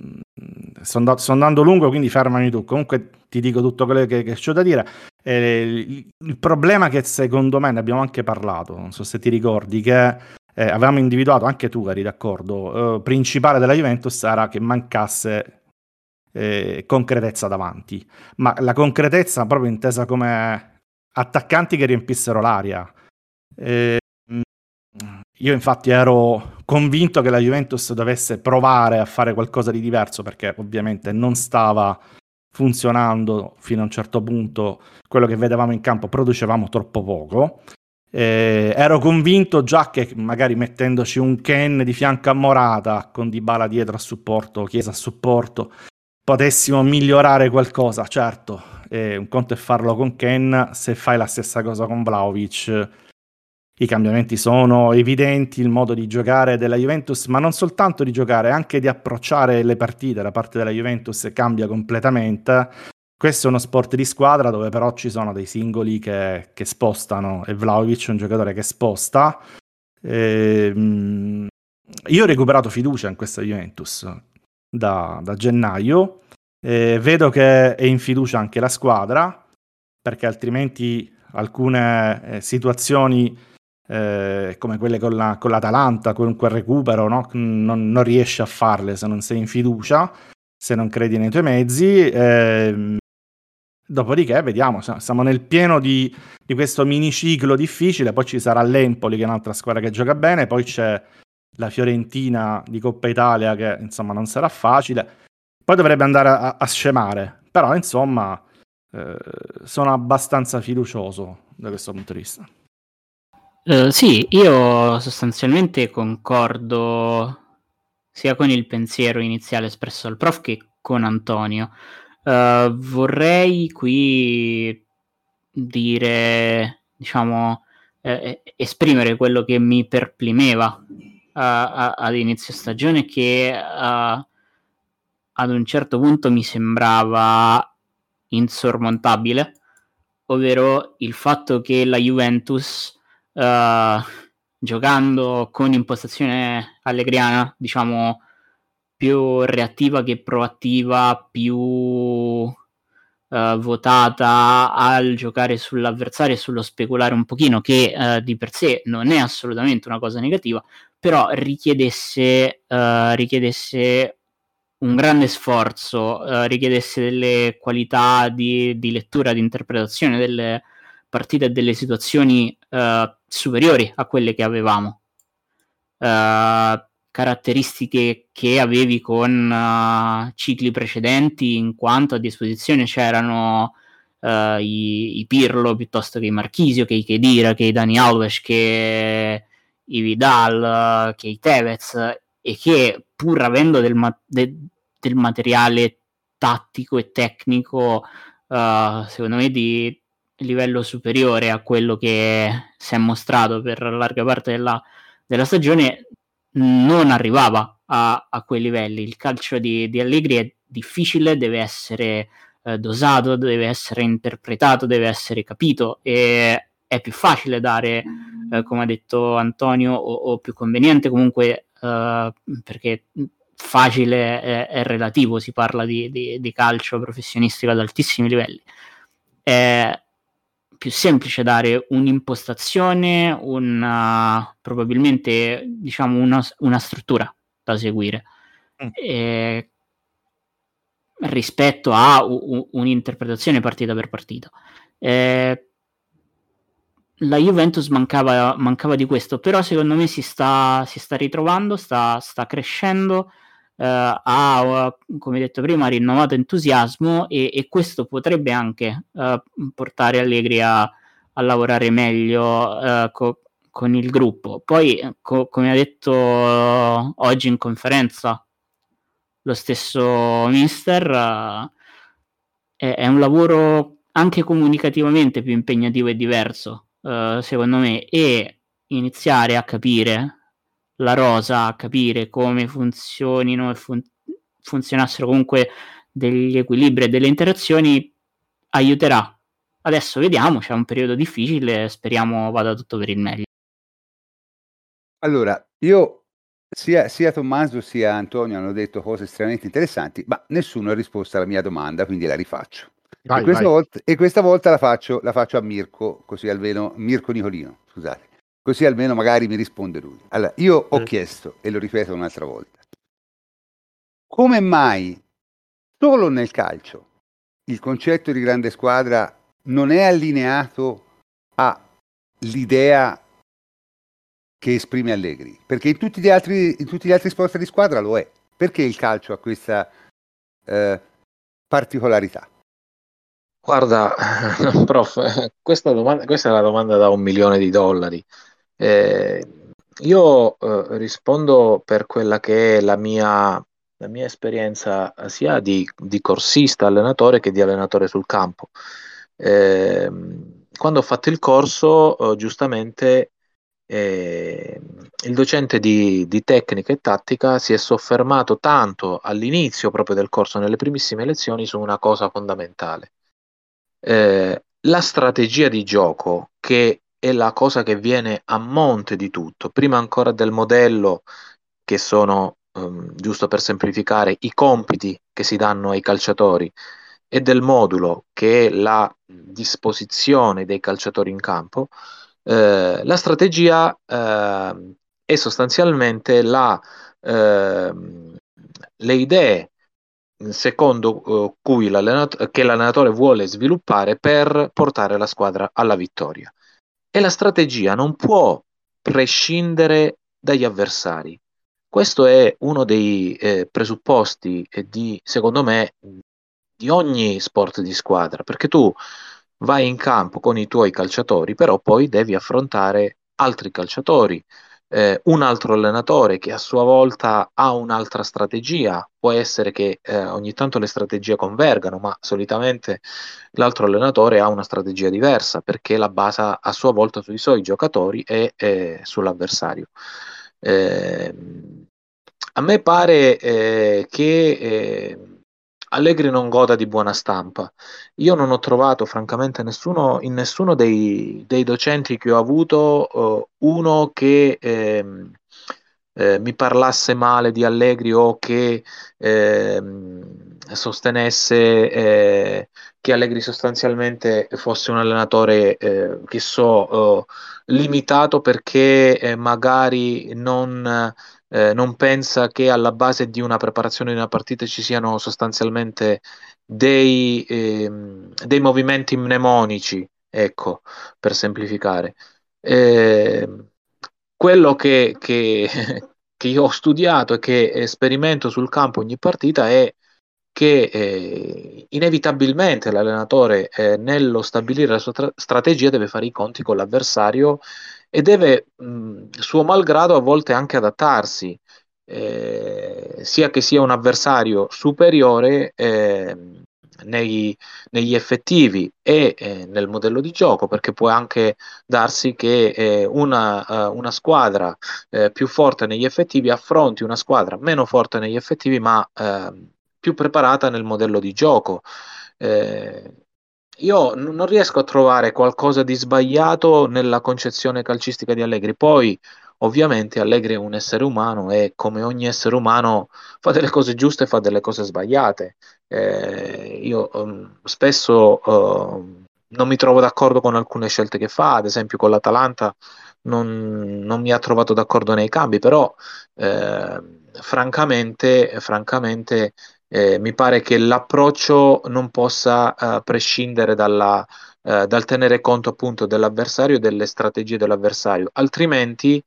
sto, and- sto andando lungo, quindi fermami tu. Comunque ti dico tutto quello che, che c'ho da dire. Eh, il, il problema che secondo me, ne abbiamo anche parlato, non so se ti ricordi, che eh, avevamo individuato, anche tu eri d'accordo, eh, principale della Juventus era che mancasse eh, concretezza davanti, ma la concretezza proprio intesa come attaccanti che riempissero l'area. Eh, io infatti ero convinto che la Juventus dovesse provare a fare qualcosa di diverso, perché ovviamente non stava funzionando fino a un certo punto quello che vedevamo in campo, producevamo troppo poco. Eh, ero convinto già che magari mettendoci un Ken di fianco a Morata con Dybala dietro a supporto, Chiesa a supporto, potessimo migliorare qualcosa. Certo, eh, un conto è farlo con Ken, se fai la stessa cosa con Vlahovic i cambiamenti sono evidenti, il modo di giocare della Juventus, ma non soltanto di giocare, anche di approcciare le partite da parte della Juventus cambia completamente. Questo è uno sport di squadra dove però ci sono dei singoli che, che spostano, e Vlahovic è un giocatore che sposta. E, mh, io ho recuperato fiducia in questa Juventus da, da gennaio, e vedo che è in fiducia anche la squadra, perché altrimenti alcune eh, situazioni eh, come quelle con, la, con l'Atalanta, con quel recupero, no? non, non riesci a farle se non sei in fiducia, se non credi nei tuoi mezzi. Eh, dopodiché vediamo, siamo nel pieno di, di questo miniciclo difficile, poi ci sarà l'Empoli che è un'altra squadra che gioca bene, poi c'è la Fiorentina di Coppa Italia che insomma non sarà facile, poi dovrebbe andare a, a scemare, però insomma eh, sono abbastanza fiducioso da questo punto di vista. Uh, sì, io sostanzialmente concordo sia con il pensiero iniziale espresso dal prof che con Antonio. Uh, vorrei qui dire, diciamo, eh, esprimere quello che mi perplimeva uh, a, ad inizio stagione, che uh, ad un certo punto mi sembrava insormontabile, ovvero il fatto che la Juventus Uh, giocando con impostazione allegriana, diciamo più reattiva che proattiva, più uh, votata al giocare sull'avversario e sullo speculare un pochino, che uh, di per sé non è assolutamente una cosa negativa, però richiedesse, uh, richiedesse un grande sforzo, uh, richiedesse delle qualità di, di lettura, di interpretazione delle partite e delle situazioni uh, superiori a quelle che avevamo, uh, caratteristiche che avevi con uh, cicli precedenti, in quanto a disposizione c'erano uh, i, i Pirlo piuttosto che i Marchisio, che i Khedira, che i Dani Alves, che i Vidal, che i Tevez, e che pur avendo del, ma- de- del materiale tattico e tecnico uh, secondo me di livello superiore a quello che si è mostrato per larga parte della, della stagione, non arrivava a, a quei livelli. Il calcio di, di Allegri è difficile, deve essere eh, dosato, deve essere interpretato, deve essere capito, e è più facile dare, eh, come ha detto Antonio, o, o più conveniente comunque, eh, perché facile è, è relativo, si parla di, di, di calcio professionistico ad altissimi livelli. È più semplice dare un'impostazione, una, probabilmente diciamo una, una struttura da seguire, mm. eh, rispetto a u, un'interpretazione partita per partita. Eh, la Juventus mancava, mancava di questo, però secondo me si sta, si sta ritrovando, sta, sta crescendo, eh, ha, come detto prima, rinnovato entusiasmo, e, e questo potrebbe anche eh, portare Allegri a, a lavorare meglio eh, co, con il gruppo. Poi, co, come ha detto uh, oggi in conferenza lo stesso mister, uh, è, è un lavoro anche comunicativamente più impegnativo e diverso, uh, secondo me, e iniziare a capire la rosa, a capire come funzionino e fun- funzionassero comunque degli equilibri e delle interazioni aiuterà. Adesso vediamo, c'è un periodo difficile, speriamo vada tutto per il meglio. Allora, io sia, sia Tommaso sia Antonio hanno detto cose estremamente interessanti, ma nessuno ha risposto alla mia domanda, quindi la rifaccio. Vai, e, questa volta, e questa volta la faccio, la faccio a Mirko, così almeno Mirko Nicolino, scusate, così almeno magari mi risponde lui. Allora, io ho mm. chiesto, e lo ripeto un'altra volta, come mai solo nel calcio il concetto di grande squadra non è allineato all'idea che esprime Allegri, perché in tutti gli altri, in tutti gli altri sport di squadra lo è. Perché il calcio ha questa eh, particolarità? Guarda, prof, questa domanda, questa è la domanda da un milione di dollari. Eh, io eh, rispondo per quella che è la mia, la mia esperienza eh, sia di, di corsista allenatore che di allenatore sul campo. Eh, quando ho fatto il corso, eh, giustamente eh, il docente di, di tecnica e tattica si è soffermato tanto all'inizio proprio del corso, nelle primissime lezioni, su una cosa fondamentale. Eh, la strategia di gioco, che è la cosa che viene a monte di tutto, prima ancora del modello, che sono, ehm, giusto per semplificare, i compiti che si danno ai calciatori, e del modulo, che è la disposizione dei calciatori in campo. Eh, la strategia eh, è sostanzialmente la, ehm, le idee secondo eh, cui l'allenat- che l'allenatore vuole sviluppare per portare la squadra alla vittoria. E la strategia non può prescindere dagli avversari. Questo è uno dei eh, presupposti eh, di, secondo me, di ogni sport di squadra, perché tu vai in campo con i tuoi calciatori, però poi devi affrontare altri calciatori, eh, un altro allenatore che a sua volta ha un'altra strategia. Può essere che eh, ogni tanto le strategie convergano, ma solitamente l'altro allenatore ha una strategia diversa perché la basa a sua volta sui suoi giocatori e eh, sull'avversario. Eh, a me pare eh, che eh, Allegri non goda di buona stampa. Io non ho trovato francamente nessuno, in nessuno dei, dei docenti che ho avuto, eh, uno che ehm, eh, mi parlasse male di Allegri o che ehm, sostenesse eh, che Allegri sostanzialmente fosse un allenatore, eh, che so, eh, limitato perché eh, magari non eh, non pensa che alla base di una preparazione di una partita ci siano sostanzialmente dei, ehm, dei movimenti mnemonici, ecco, per semplificare. Eh, quello che, che, che io ho studiato e che sperimento sul campo ogni partita è che eh, inevitabilmente l'allenatore eh, nello stabilire la sua tra- strategia deve fare i conti con l'avversario e deve, mh, suo malgrado, a volte anche adattarsi, eh, sia che sia un avversario superiore eh, nei- negli effettivi e eh, nel modello di gioco, perché può anche darsi che eh, una, eh, una squadra eh, più forte negli effettivi affronti una squadra meno forte negli effettivi, ma ehm, più preparata nel modello di gioco. Eh, io n- non riesco a trovare qualcosa di sbagliato nella concezione calcistica di Allegri. Poi, ovviamente, Allegri è un essere umano e come ogni essere umano fa delle cose giuste e fa delle cose sbagliate. Eh, io um, spesso uh, non mi trovo d'accordo con alcune scelte che fa, ad esempio con l'Atalanta non, non mi ha trovato d'accordo nei cambi, però eh, francamente, francamente eh, mi pare che l'approccio non possa eh, prescindere dalla, eh, dal tenere conto appunto dell'avversario e delle strategie dell'avversario, altrimenti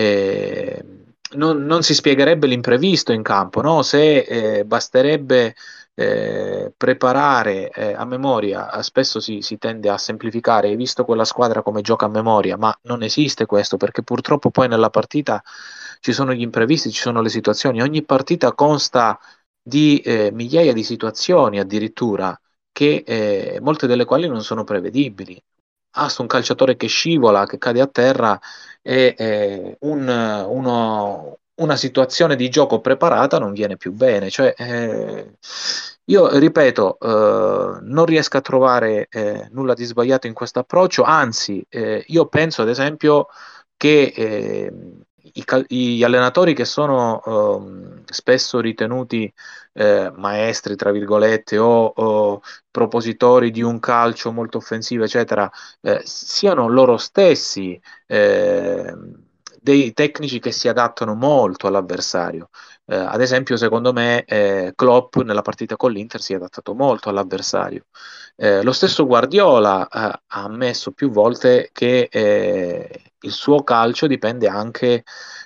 eh, non, non si spiegherebbe l'imprevisto in campo, no? Se eh, basterebbe eh, preparare eh, a memoria, eh, spesso si, si tende a semplificare, hai visto quella squadra come gioca a memoria, ma non esiste questo perché purtroppo poi nella partita ci sono gli imprevisti, ci sono le situazioni, ogni partita consta di eh, migliaia di situazioni addirittura, che eh, molte delle quali non sono prevedibili. Ah, su un calciatore che scivola, che cade a terra e eh, un- uno- una situazione di gioco preparata non viene più bene. Cioè, eh, io ripeto, eh, non riesco a trovare eh, nulla di sbagliato in questo approccio, anzi, eh, io penso ad esempio che eh, i cal- gli allenatori che sono ehm, spesso ritenuti eh, maestri, tra virgolette, o, o propositori di un calcio molto offensivo, eccetera, eh, siano loro stessi eh, dei tecnici che si adattano molto all'avversario. Eh, ad esempio, secondo me, eh, Klopp nella partita con l'Inter si è adattato molto all'avversario. Eh, lo stesso Guardiola eh, ha ammesso più volte che eh, il suo calcio dipende anche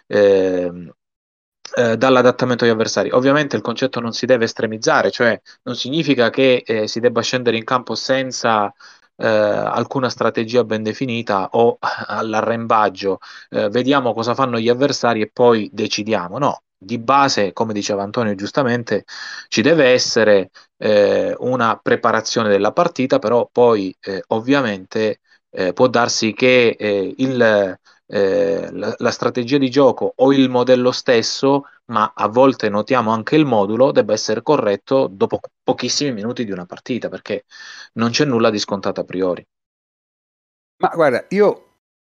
eh, eh, dall'adattamento agli avversari. Ovviamente il concetto non si deve estremizzare, cioè non significa che eh, si debba scendere in campo senza eh, alcuna strategia ben definita o all'arrembaggio, eh, vediamo cosa fanno gli avversari e poi decidiamo. No, di base, come diceva Antonio giustamente, ci deve essere eh, una preparazione della partita, però poi eh, ovviamente eh, può darsi che eh, il eh, la, la strategia di gioco o il modello stesso, ma a volte notiamo anche il modulo, debba essere corretto dopo pochissimi minuti di una partita, perché non c'è nulla di scontato a priori. Ma guarda, io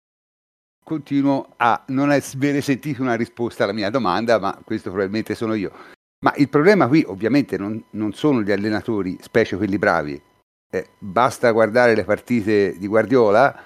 continuo a non avere sentito una risposta alla mia domanda, ma questo probabilmente sono io. Ma il problema qui ovviamente non, non sono gli allenatori, specie quelli bravi. Eh, basta guardare le partite di Guardiola.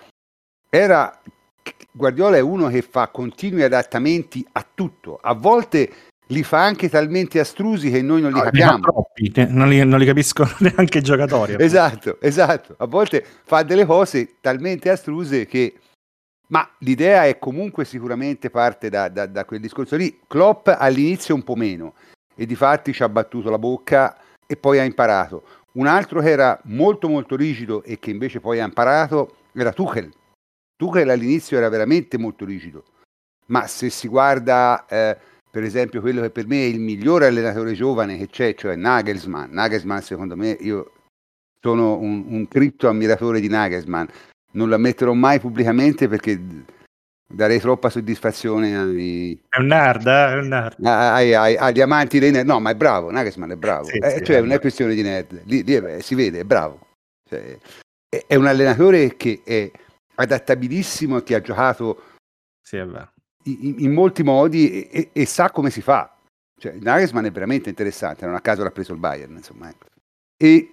Era Guardiola è uno che fa continui adattamenti a tutto. A volte li fa anche talmente astrusi che noi non li no, capiamo. Troppi, non li, non li capiscono neanche i giocatori. Esatto, esatto. A volte fa delle cose talmente astruse che... Ma l'idea è comunque sicuramente parte da, da, da quel discorso lì. Klopp all'inizio un po' meno, e difatti ci ha battuto la bocca e poi ha imparato. Un altro che era molto molto rigido e che invece poi ha imparato era Tuchel. Tuchel all'inizio era veramente molto rigido, ma se si guarda eh, per esempio quello che per me è il migliore allenatore giovane che c'è, cioè Nagelsmann. Nagelsmann secondo me, io sono un, un cripto ammiratore di Nagelsmann. Non lo ammetterò mai pubblicamente perché darei troppa soddisfazione ai, è un nerd, eh? È un nerd. Ai, ai, agli amanti dei nerd. No, ma è bravo, Nagelsmann è bravo. Sì, eh, sì, cioè è non è questione di nerd, lì, lì è, si vede, è bravo. Cioè, è, è un allenatore che è adattabilissimo, che ha giocato sì, è vero. In, in molti modi e, e, e sa come si fa. Cioè, Nagelsmann è veramente interessante, non a caso l'ha preso il Bayern, insomma. Ecco. E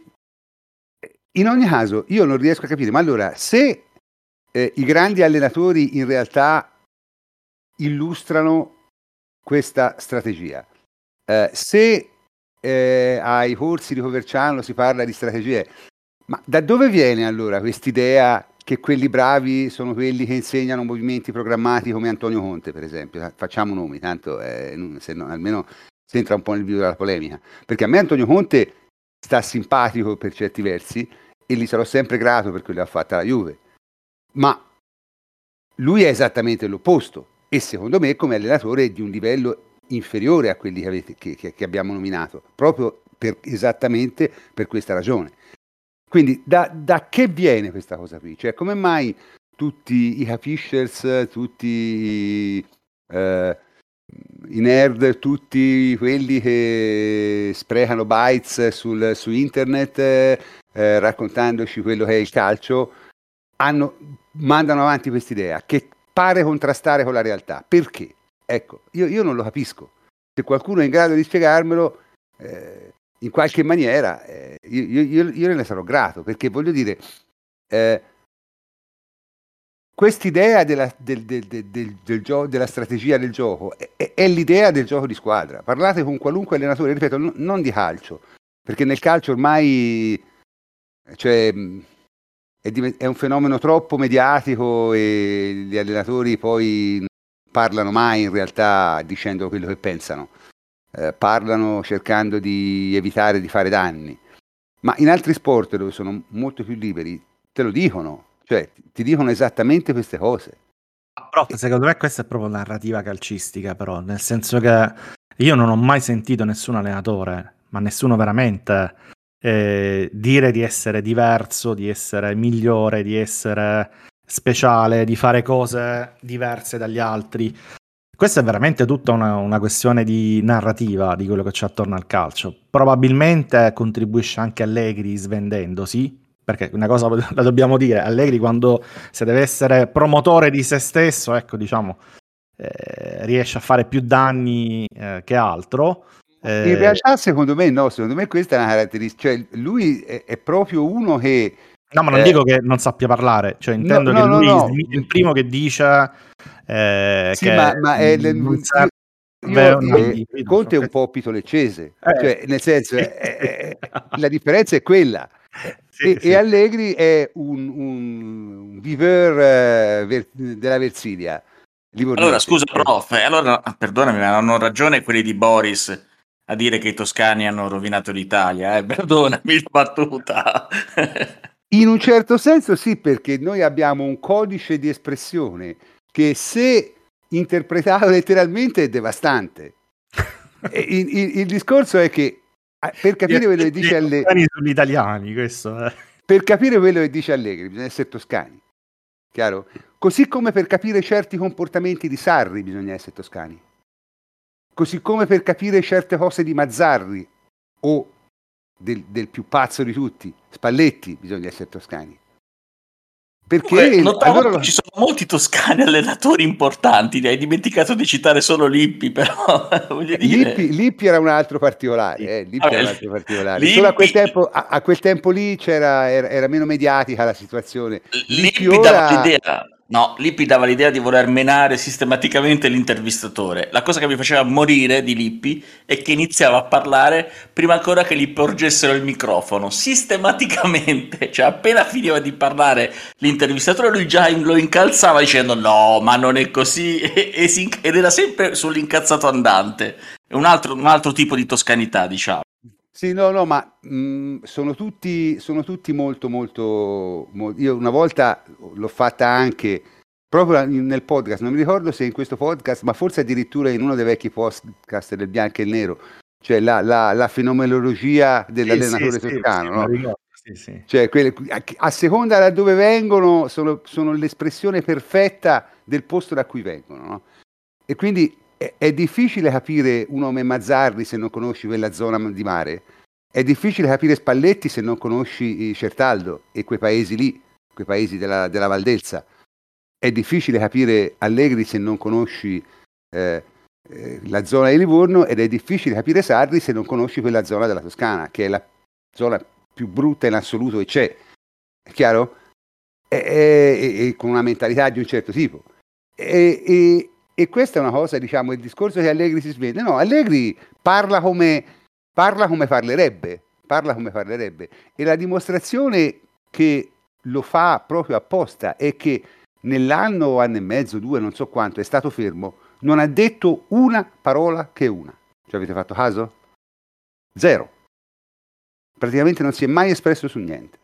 in ogni caso io non riesco a capire, ma allora se eh, i grandi allenatori in realtà illustrano questa strategia, eh, se eh, ai corsi di Coverciano si parla di strategie, ma da dove viene allora quest'idea che quelli bravi sono quelli che insegnano movimenti programmati come Antonio Conte, per esempio? Facciamo nomi, tanto eh, se no, almeno si entra un po' nel vivo della polemica, perché a me Antonio Conte sta simpatico per certi versi e gli sarò sempre grato per quello che ha fatto alla Juve, ma lui è esattamente l'opposto e secondo me come allenatore è di un livello inferiore a quelli che, avete, che, che, che abbiamo nominato, proprio per, esattamente per questa ragione. Quindi da, da che viene questa cosa qui? Cioè come mai tutti i capishers, tutti eh, i nerd, tutti quelli che sprecano bytes sul, su internet eh, raccontandoci quello che è il calcio, hanno, mandano avanti quest'idea che pare contrastare con la realtà. Perché? Ecco, io, io non lo capisco. Se qualcuno è in grado di spiegarmelo, eh, in qualche maniera eh, io, io, io ne sarò grato, perché voglio dire eh, quest'idea della, del, del, del, del, del gio- della strategia del gioco è, è l'idea del gioco di squadra. Parlate con qualunque allenatore, ripeto, n- non di calcio, perché nel calcio ormai cioè, è, div- è un fenomeno troppo mediatico e gli allenatori poi non parlano mai in realtà dicendo quello che pensano. Eh, parlano cercando di evitare di fare danni, ma in altri sport dove sono molto più liberi te lo dicono, cioè ti dicono esattamente queste cose. Prof, secondo me questa è proprio narrativa calcistica, però nel senso che io non ho mai sentito nessun allenatore, ma nessuno veramente eh, dire di essere diverso, di essere migliore, di essere speciale, di fare cose diverse dagli altri. Questa è veramente tutta una, una questione di narrativa di quello che c'è attorno al calcio. Probabilmente contribuisce anche Allegri svendendosi, perché una cosa la dobbiamo dire, Allegri quando se deve essere promotore di se stesso, ecco, diciamo, eh, riesce a fare più danni eh, che altro. Eh, in realtà secondo me no, secondo me questa è una caratteristica, cioè lui è, è proprio uno che... No, ma non eh, dico che non sappia parlare, cioè intendo no, che no, lui no, no. è il primo che dice... Eh, sì, che ma, ma è, non serve... Beh, io, no, eh, no, Conte è un no. po' pitoleccese, Eh. cioè nel senso, eh, eh, la differenza è quella. Eh, Sì, e, sì. e Allegri è un, un viveur eh, ver- della Versilia livornese. Allora, scusa, Eh, prof, eh, allora, perdonami, ma hanno ragione quelli di Boris a dire che i toscani hanno rovinato l'Italia, eh? Perdonami la battuta. In un certo senso sì, perché noi abbiamo un codice di espressione che, se interpretato letteralmente, è devastante. E il, il- il discorso è che, eh, per capire quello che Gli dice Allegri, toscani sugli italiani, questo è. per capire quello che dice Allegri bisogna essere toscani, chiaro? Così come per capire certi comportamenti di Sarri bisogna essere toscani. Così come per capire certe cose di Mazzarri o del, del più pazzo di tutti, Spalletti, bisogna essere toscani. Perché Comunque, notavo allora che ci sono molti toscani allenatori importanti, hai dimenticato di citare solo Lippi, però voglio dire... Lippi, Lippi era un altro particolare, eh, Lippi Vabbè, era un altro particolare. Lippi- Solo a quel tempo, a, a quel tempo lì c'era, era, era meno mediatica la situazione. Lippi, Lippi dava ora... l'idea, no, Lippi dava l'idea di voler menare sistematicamente l'intervistatore. La cosa che mi faceva morire di Lippi è che iniziava a parlare prima ancora che gli porgessero il microfono, sistematicamente, cioè appena finiva di parlare l'intervistatore lui già lo incalzava dicendo no, ma non è così, e, e si, ed era sempre sull'incazzato andante. È un altro, un altro tipo di toscanità, diciamo. Sì, no, no, ma mh, sono tutti, sono tutti molto, molto, molto... Io una volta l'ho fatta anche proprio nel podcast, non mi ricordo se in questo podcast, ma forse addirittura in uno dei vecchi podcast del Bianco e il Nero, cioè la, la, la fenomenologia dell'allenatore Sì, sì, toscano, sì, no? me lo ricordo, sì, sì. Cioè, quelle, a, a seconda da dove vengono, sono, sono l'espressione perfetta del posto da cui vengono, no? E quindi è, è difficile capire un uomo come Mazzarri se non conosci quella zona di mare. È difficile capire Spalletti se non conosci Certaldo e quei paesi lì, quei paesi della, della Valdelsa. È difficile capire Allegri se non conosci eh, eh, la zona di Livorno, ed è difficile capire Sarri se non conosci quella zona della Toscana, che è la zona più brutta in assoluto che c'è. È chiaro? E, e, e con una mentalità di un certo tipo. E, e, e questa è una cosa, diciamo, il discorso che Allegri si svende. No, Allegri parla come, parla come parlerebbe, parla come parlerebbe. E la dimostrazione che lo fa proprio apposta è che nell'anno, anno e mezzo, due, non so quanto, è stato fermo, non ha detto una parola che una. Ci avete fatto caso? Zero. Praticamente non si è mai espresso su niente.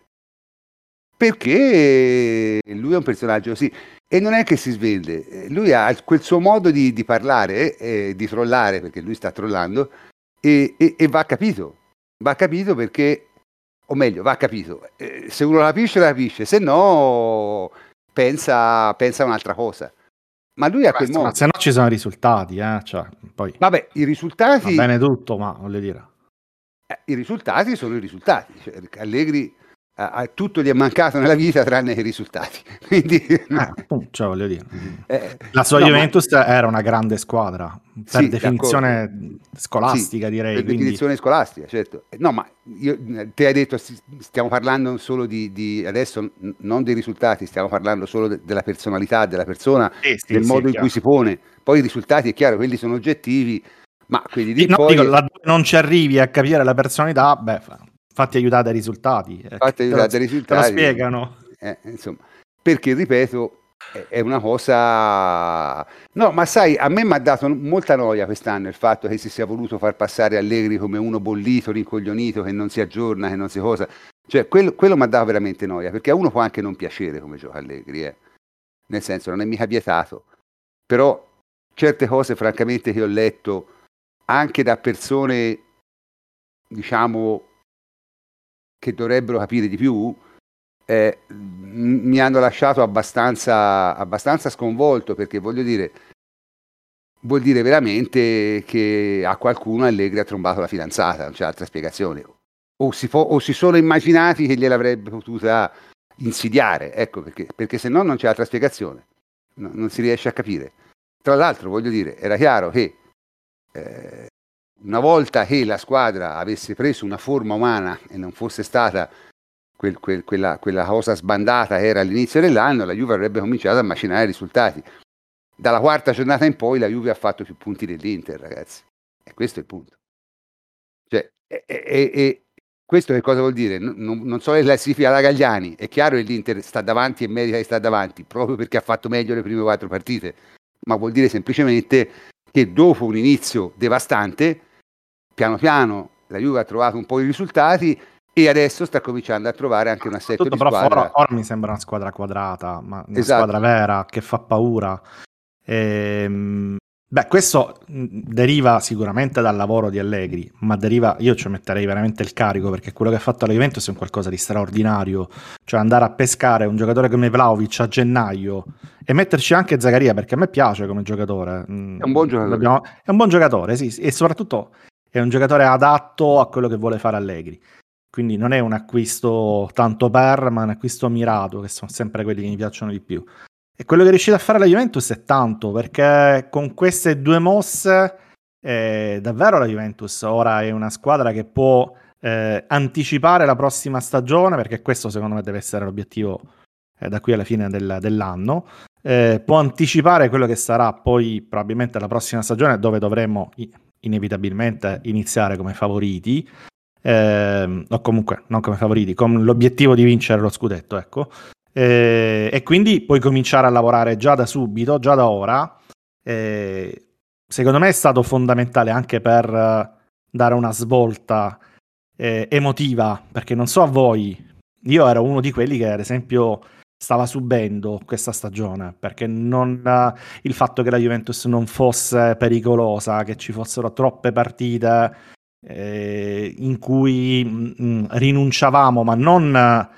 Perché lui è un personaggio così. E non è che si svende, lui ha quel suo modo di, di parlare, eh, di trollare, perché lui sta trollando, e, e, e va capito. Va capito perché, o meglio, va capito. Eh, se uno lo capisce, lo capisce, se no pensa, pensa a un'altra cosa. Ma lui ha quel Questo, modo. ma se no ci sono i risultati, eh? Cioè, poi Vabbè, i risultati... va bene tutto, ma voglio dire... Eh, i risultati sono i risultati. Cioè, Allegri... A, a tutto gli è mancato nella vita tranne che i risultati. Quindi, eh, appunto, cioè, voglio dire, eh, la sua no, Juventus ma... era una grande squadra per sì, definizione d'accordo. scolastica, sì, direi. Per quindi... definizione scolastica, certo. No, ma io, te hai detto, stiamo parlando solo di, di adesso, non dei risultati, stiamo parlando solo de, della personalità della persona, sì, sì, del sì, modo in cui si pone. Poi i risultati, è chiaro, quelli sono oggettivi, ma quelli di sì, no, poi... dico, laddove non ci arrivi a capire la personalità, beh, fatti aiutare dai risultati. Eh, fatti aiutare dai risultati. Te lo spiegano. Eh, insomma, perché, ripeto, è, è una cosa... No, ma sai, a me mi ha dato molta noia quest'anno il fatto che si sia voluto far passare Allegri come uno bollito, rincoglionito, che non si aggiorna, che non si cosa. Cioè, quello, quello mi ha dato veramente noia, perché a uno può anche non piacere come gioca Allegri, eh. Nel senso, non è mica vietato. Però certe cose, francamente, che ho letto anche da persone, diciamo, che dovrebbero capire di più, eh, mi hanno lasciato abbastanza, abbastanza sconvolto, perché voglio dire, vuol dire veramente che a qualcuno Allegri ha trombato la fidanzata, non c'è altra spiegazione. O si, può, o si sono immaginati che gliel'avrebbe potuta insidiare, ecco, perché, perché se no non c'è altra spiegazione, no, non si riesce a capire. Tra l'altro, voglio dire, era chiaro che eh, una volta che la squadra avesse preso una forma umana e non fosse stata quel, quel, quella, quella cosa sbandata che era all'inizio dell'anno, la Juve avrebbe cominciato a macinare risultati. dalla quarta giornata in poi la Juve ha fatto più punti dell'Inter, ragazzi, e questo è il punto. Cioè, e, e, e questo che cosa vuol dire? Non, non so che classifica la Gagliani, è chiaro che l'Inter sta davanti e merita di stare davanti proprio perché ha fatto meglio le prime quattro partite, ma vuol dire semplicemente che dopo un inizio devastante, piano piano la Juve ha trovato un po' di risultati e adesso sta cominciando a trovare anche un assetto Tutto, di però squadra. Ora, ora mi sembra una squadra quadrata, ma una Esatto. squadra vera che fa paura. Ehm, beh, questo deriva sicuramente dal lavoro di Allegri, ma deriva, io ci metterei veramente il carico, perché quello che ha fatto la Juventus è un qualcosa di straordinario, cioè andare a pescare un giocatore come Vlahovic a gennaio e metterci anche Zagaria, perché a me piace come giocatore. È un buon giocatore. Dobbiamo, è un buon giocatore, sì, e soprattutto è un giocatore adatto a quello che vuole fare Allegri. Quindi non è un acquisto tanto per, ma un acquisto mirato, che sono sempre quelli che mi piacciono di più. E quello che è riuscita a fare la Juventus è tanto, perché con queste due mosse eh, davvero la Juventus ora è una squadra che può eh, anticipare la prossima stagione, perché questo secondo me deve essere l'obiettivo eh, da qui alla fine del, dell'anno. Eh, può anticipare quello che sarà poi probabilmente la prossima stagione, dove dovremmo inevitabilmente iniziare come favoriti. Eh, o comunque non come favoriti, con l'obiettivo di vincere lo scudetto, ecco. Eh, e quindi puoi cominciare a lavorare già da subito, già da ora. Eh, secondo me è stato fondamentale anche per uh, dare una svolta eh, emotiva, perché non so a voi, io ero uno di quelli che ad esempio stava subendo questa stagione, perché non, uh, il fatto che la Juventus non fosse pericolosa, che ci fossero troppe partite Eh, in cui mh, rinunciavamo, ma non,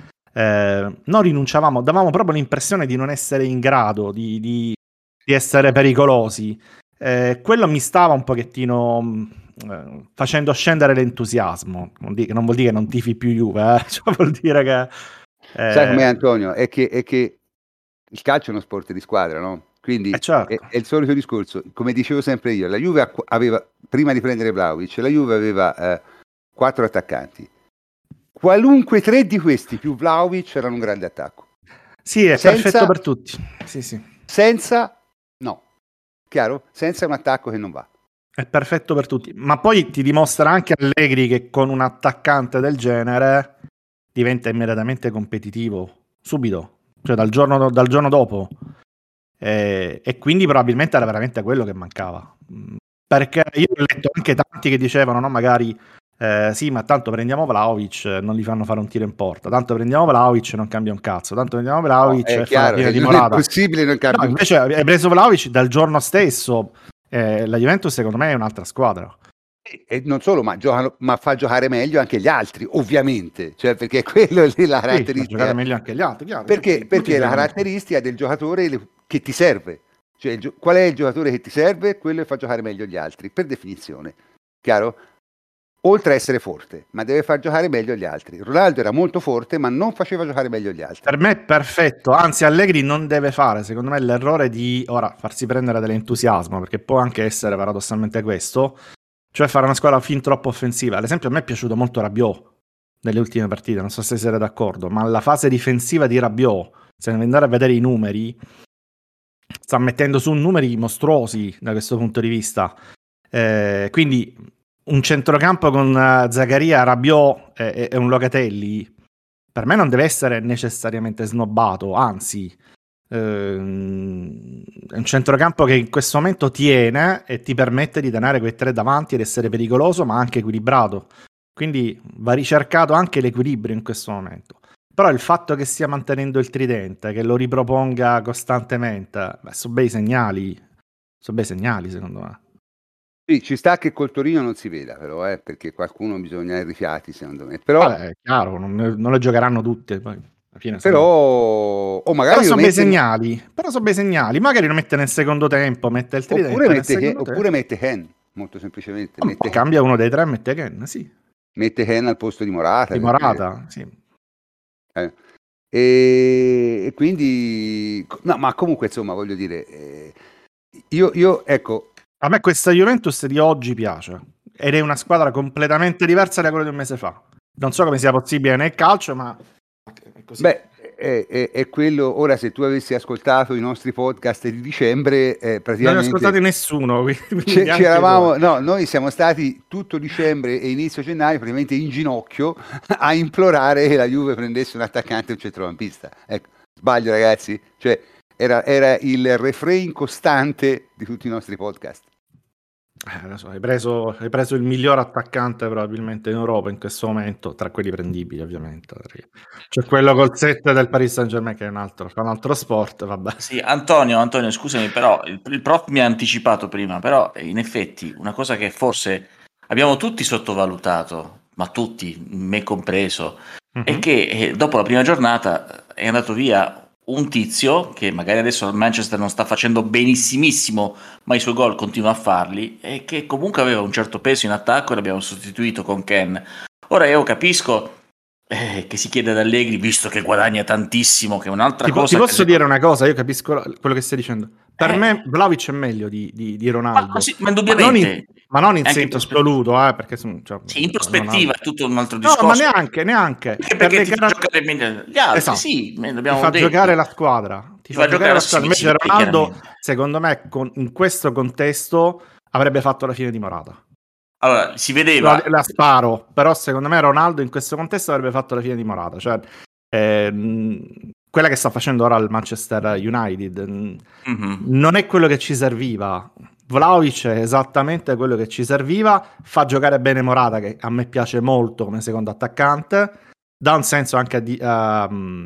eh, non rinunciavamo, davamo proprio l'impressione di non essere in grado di, di, di essere pericolosi. Eh, quello mi stava un pochettino mh, eh, facendo scendere l'entusiasmo. Non, di, non vuol dire che non tifi più Juve, eh? Cioè, vuol dire che eh... sai com'è, Antonio? È che, è che il calcio è uno sport di squadra, no? Quindi eh certo. è, è il solito discorso, come dicevo sempre io, la Juve aveva, prima di prendere Vlahovic, la Juve aveva eh, quattro attaccanti. Qualunque tre di questi più Vlahovic erano un grande attacco. Sì, è senza, perfetto per tutti. Sì, sì. Senza, no, chiaro? Senza un attacco che non va. È perfetto per tutti, ma poi ti dimostra anche Allegri che con un attaccante del genere diventa immediatamente competitivo, subito, cioè dal giorno, dal giorno dopo. E, e quindi probabilmente era veramente quello che mancava, perché io ho letto anche tanti che dicevano no magari eh, sì ma tanto prendiamo Vlahovic, non gli fanno fare un tiro in porta, tanto prendiamo Vlahovic non cambia un cazzo, tanto prendiamo Vlahovic no, e fa la fine di Morata. Non è possibile non cambia. No, invece hai preso Vlahovic dal giorno stesso, eh, la Juventus secondo me è un'altra squadra. E non solo, ma, giocano, ma fa giocare meglio anche gli altri, ovviamente, cioè perché quello è lì la caratteristica. Sì, fa giocare meglio anche gli altri, chiaro, perché, tutti, perché tutti la caratteristica del giocatore che ti serve, cioè il, qual è il giocatore che ti serve? Quello che fa giocare meglio gli altri, per definizione, chiaro? Oltre a essere forte, ma deve far giocare meglio gli altri. Ronaldo era molto forte, ma non faceva giocare meglio gli altri. Per me è perfetto, anzi Allegri non deve fare, secondo me, l'errore di ora farsi prendere dell'entusiasmo, perché può anche essere paradossalmente questo, cioè fare una squadra fin troppo offensiva. Ad esempio a me è piaciuto molto Rabiot nelle ultime partite, non so se siete d'accordo, ma la fase difensiva di Rabiot, se andare a vedere i numeri, sta mettendo su numeri mostruosi da questo punto di vista. Eh, quindi un centrocampo con uh, Zagaria, Rabiot e, e un Locatelli per me non deve essere necessariamente snobbato, anzi ehm, è un centrocampo che in questo momento tiene e ti permette di tenere quei tre davanti ed essere pericoloso ma anche equilibrato, quindi va ricercato anche l'equilibrio in questo momento. Però il fatto che stia mantenendo il tridente, che lo riproponga costantemente, beh, sono bei segnali, sono bei segnali secondo me. Sì, ci sta che col Torino non si veda però, eh, perché qualcuno bisogna i rifiati secondo me. Però Vabbè, è chiaro, non, non le giocheranno tutte. Poi, alla fine però, o magari però sono mette... bei segnali. Però sono bei segnali. Magari lo mette nel secondo tempo, mette il tridente. Oppure mette, Ken, oppure mette Ken, molto semplicemente. Oh, mette cambia Ken. uno dei tre e mette Ken, sì. Mette Ken al posto di Morata. Di Morata, sì. Eh. E, e quindi, no, ma comunque insomma voglio dire, eh, io, io ecco. A me questa Juventus di oggi piace ed è una squadra completamente diversa da quella di un mese fa. Non so come sia possibile nel calcio, ma è così. Beh, è, è, è quello. Ora, se tu avessi ascoltato i nostri podcast di dicembre, eh, praticamente non ne ho ascoltati nessuno. Quindi ci, ci eravamo, no, noi siamo stati tutto dicembre e inizio gennaio praticamente in ginocchio a implorare che la Juve prendesse un attaccante e un centrocampista. Ecco, sbaglio ragazzi? Cioè, era, era il refrain costante di tutti i nostri podcast. Eh, lo so, hai, preso, hai preso il miglior attaccante probabilmente in Europa in questo momento, tra quelli prendibili ovviamente. C'è quello col set del Paris Saint-Germain che è un altro, fa un altro sport, vabbè. Sì, Antonio, Antonio, scusami, però il, il prof mi ha anticipato prima, però in effetti una cosa che forse abbiamo tutti sottovalutato, ma tutti, me compreso, Mm-hmm. è che eh, dopo la prima giornata è andato via un tizio che magari adesso al Manchester non sta facendo benissimissimo, ma i suoi gol continua a farli, e che comunque aveva un certo peso in attacco e l'abbiamo sostituito con Ken. Ora io capisco eh, che si chiede ad Allegri, visto che guadagna tantissimo, che è un'altra ti, cosa. Ti posso che dire una cosa, io capisco quello che stai dicendo. Per eh. me Vlahovic è meglio di, di, di Ronaldo. Ma, sì, ma indubbiamente. Ma non in, in senso assoluto, eh, perché sono, cioè, sì, in prospettiva Ronaldo. È tutto un altro discorso. No, ma neanche, neanche. Perché, perché per ti fa giocare meglio gli altri, esatto. sì, ti fa detto. giocare la squadra. Ti, ti fa, fa giocare la squadra. Invece sì, Ronaldo, secondo me, con, in questo contesto avrebbe fatto la fine di Morata. Allora, si vedeva... La, la sparo, però secondo me Ronaldo in questo contesto avrebbe fatto la fine di Morata. Cioè, ehm, quella che sta facendo ora il Manchester United mm-hmm. non è quello che ci serviva. Vlahovic è esattamente quello che ci serviva, fa giocare bene Morata, che a me piace molto come secondo attaccante, dà un senso anche a, Di, a,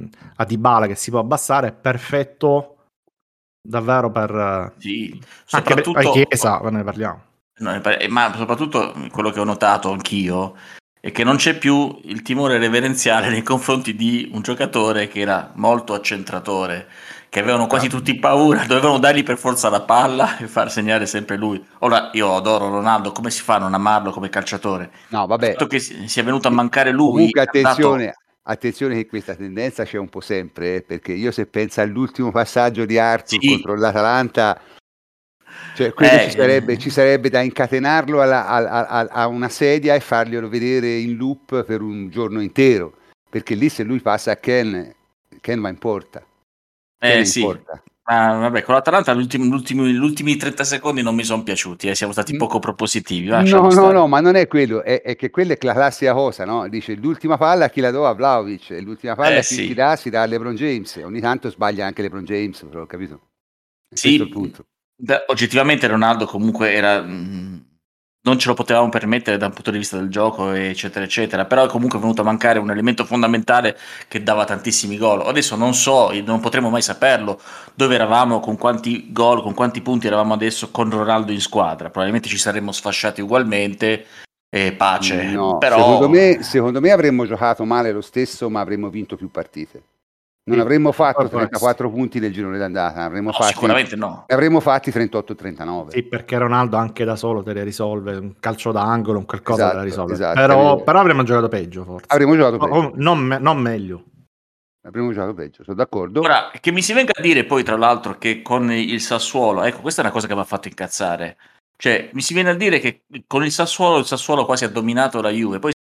a Dybala che si può abbassare, è perfetto davvero per sì, soprattutto anche per Chiesa, quando ne parliamo. No, ma soprattutto quello che ho notato anch'io è che non c'è più il timore reverenziale nei confronti di un giocatore che era molto accentratore, che avevano quasi tutti paura, dovevano dargli per forza la palla e far segnare sempre lui. Ora io adoro Ronaldo, come si fa a non amarlo come calciatore? No, vabbè. Il fatto che sia venuto a mancare lui. Comunque attenzione, dato... attenzione che questa tendenza c'è un po' sempre, eh, perché io se penso all'ultimo passaggio di Arthur sì. contro l'Atalanta, cioè quello eh, ci, sarebbe, eh. ci sarebbe da incatenarlo alla, a, a, a una sedia e farglielo vedere in loop per un giorno intero, perché lì se lui passa a Ken, Ken va in porta. Eh sì, ma vabbè, con l'Atalanta gli ultimi, ultimi, gli ultimi trenta secondi non mi sono piaciuti, eh, siamo stati poco propositivi. No, no, stare. no, ma non è quello, è, è che quella è la classica cosa, no? Dice l'ultima palla chi la do a Vlahovic, e l'ultima palla eh, chi sì. si dà si dà a LeBron James, ogni tanto sbaglia anche LeBron James, però ho capito? È sì, il punto. Da, oggettivamente Ronaldo comunque era... Mh, non ce lo potevamo permettere da un punto di vista del gioco, eccetera, eccetera, però è comunque venuto a mancare un elemento fondamentale che dava tantissimi gol. Adesso non so, non potremo mai saperlo, dove eravamo, con quanti gol, con quanti punti eravamo adesso con Ronaldo in squadra. Probabilmente ci saremmo sfasciati ugualmente e pace. No, però... secondo me, secondo me avremmo giocato male lo stesso, ma avremmo vinto più partite. Non sì, avremmo fatto trentaquattro punti nel girone d'andata, avremmo no, fatti, sicuramente no. Avremmo fatti trentotto trentanove. Sì, perché Ronaldo anche da solo te le risolve, un calcio d'angolo, un qualcosa esatto, te la risolve. Esatto, però, avremo... però avremmo giocato peggio, forse. Avremmo giocato peggio. O, non, me, non meglio. Avremmo giocato peggio, sono d'accordo. Ora, che mi si venga a dire poi, tra l'altro, che con il Sassuolo, ecco, questa è una cosa che mi ha fatto incazzare. Cioè, mi si viene a dire che con il Sassuolo, il Sassuolo quasi ha dominato la Juve, poi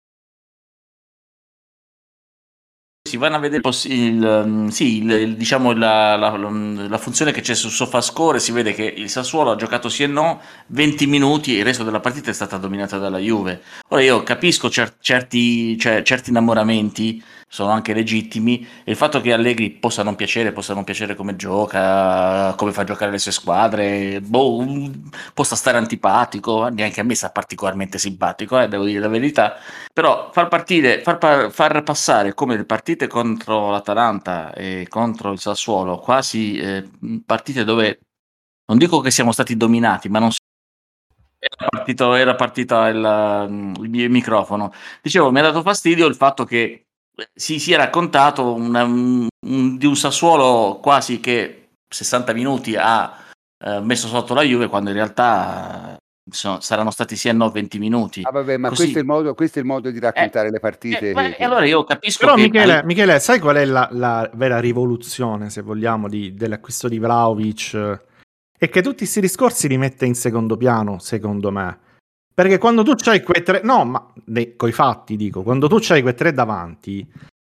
si vanno a vedere il, sì, il, il, diciamo la, la, la funzione che c'è su SofaScore, si vede che il Sassuolo ha giocato sì e no venti minuti e il resto della partita è stata dominata dalla Juve. Ora io capisco cer- certi, cioè, certi innamoramenti sono anche legittimi, e il fatto che Allegri possa non piacere, possa non piacere come gioca, come fa giocare le sue squadre, boh, possa stare antipatico, neanche a me sta particolarmente simpatico, eh, devo dire la verità, però far partire, far, par- far passare come le partite contro l'Atalanta e contro il Sassuolo, quasi eh, partite dove non dico che siamo stati dominati, ma non era partito, era partito il, il mio microfono. Dicevo, mi ha dato fastidio il fatto che si sia raccontato una, un, un, di un Sassuolo quasi che sessanta minuti ha eh, messo sotto la Juve, quando in realtà sono, saranno stati sì e no venti minuti. Ah, vabbè, ma Così. questo è il modo, questo è il modo di raccontare eh, le partite. Eh, che, che... Allora io capisco. Però che Michele, al... Michele, sai qual è la, la vera rivoluzione, se vogliamo, di, dell'acquisto di Vlahovic? È che tutti questi discorsi li mette in secondo piano, secondo me. Perché quando tu c'hai quei tre, no, ma ne, coi fatti dico, quando tu c'hai quei tre davanti,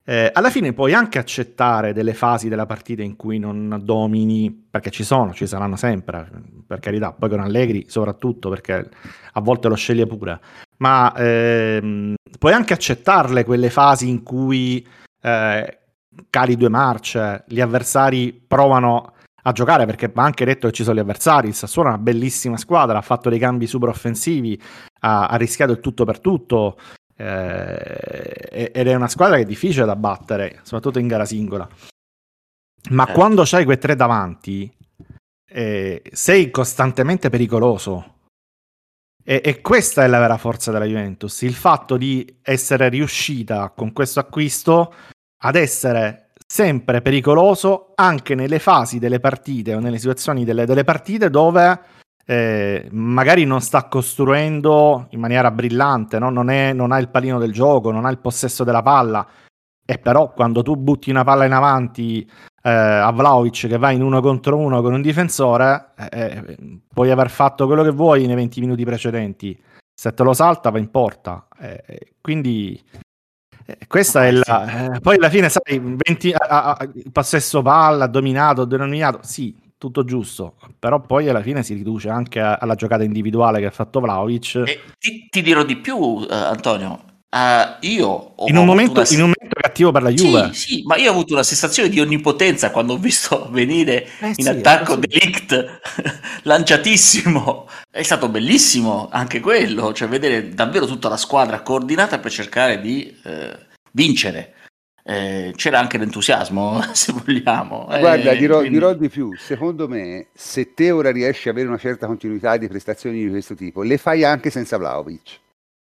Eh, alla fine puoi anche accettare delle fasi della partita in cui non domini, perché ci sono, ci saranno sempre, per carità, poi con Allegri soprattutto, perché a volte lo sceglie pure, ma ehm, puoi anche accettarle quelle fasi in cui eh, cali due marce, gli avversari provano a giocare, perché va anche detto che ci sono gli avversari. Il Sassuolo è una bellissima squadra, ha fatto dei cambi super offensivi, ha, ha rischiato il tutto per tutto, eh, ed è una squadra che è difficile da battere, soprattutto in gara singola. Ma Certo. quando c'hai quei tre davanti, eh, sei costantemente pericoloso. E, e questa è la vera forza della Juventus, il fatto di essere riuscita con questo acquisto ad essere sempre pericoloso anche nelle fasi delle partite o nelle situazioni delle, delle partite dove eh, magari non sta costruendo in maniera brillante, no? non, è, non ha il pallino del gioco, non ha il possesso della palla, e però quando tu butti una palla in avanti eh, a Vlahovic che va in uno contro uno con un difensore, eh, puoi aver fatto quello che vuoi nei venti minuti precedenti, se te lo salta va in porta, eh, quindi eh, questa Ah, è sì. la eh, poi alla fine sai venti, a, a, a, possesso palla, dominato, denominato, sì, tutto giusto, però poi alla fine si riduce anche a, alla giocata individuale che ha fatto Vlahovic. E ti, ti dirò di più, eh, Antonio. Uh, io ho In un, avuto momento, una... in un momento cattivo per la Juve. Sì, sì, ma io ho avuto una sensazione di onnipotenza quando ho visto venire Eh in sì, è attacco così. De Ligt lanciatissimo. È stato bellissimo anche quello, cioè vedere davvero tutta la squadra coordinata per cercare di eh, vincere. Eh, c'era anche l'entusiasmo, se vogliamo. Ma guarda, Eh, dirò, quindi- dirò di più. Secondo me, se te ora riesci a avere una certa continuità di prestazioni di questo tipo, le fai anche senza Vlahovic.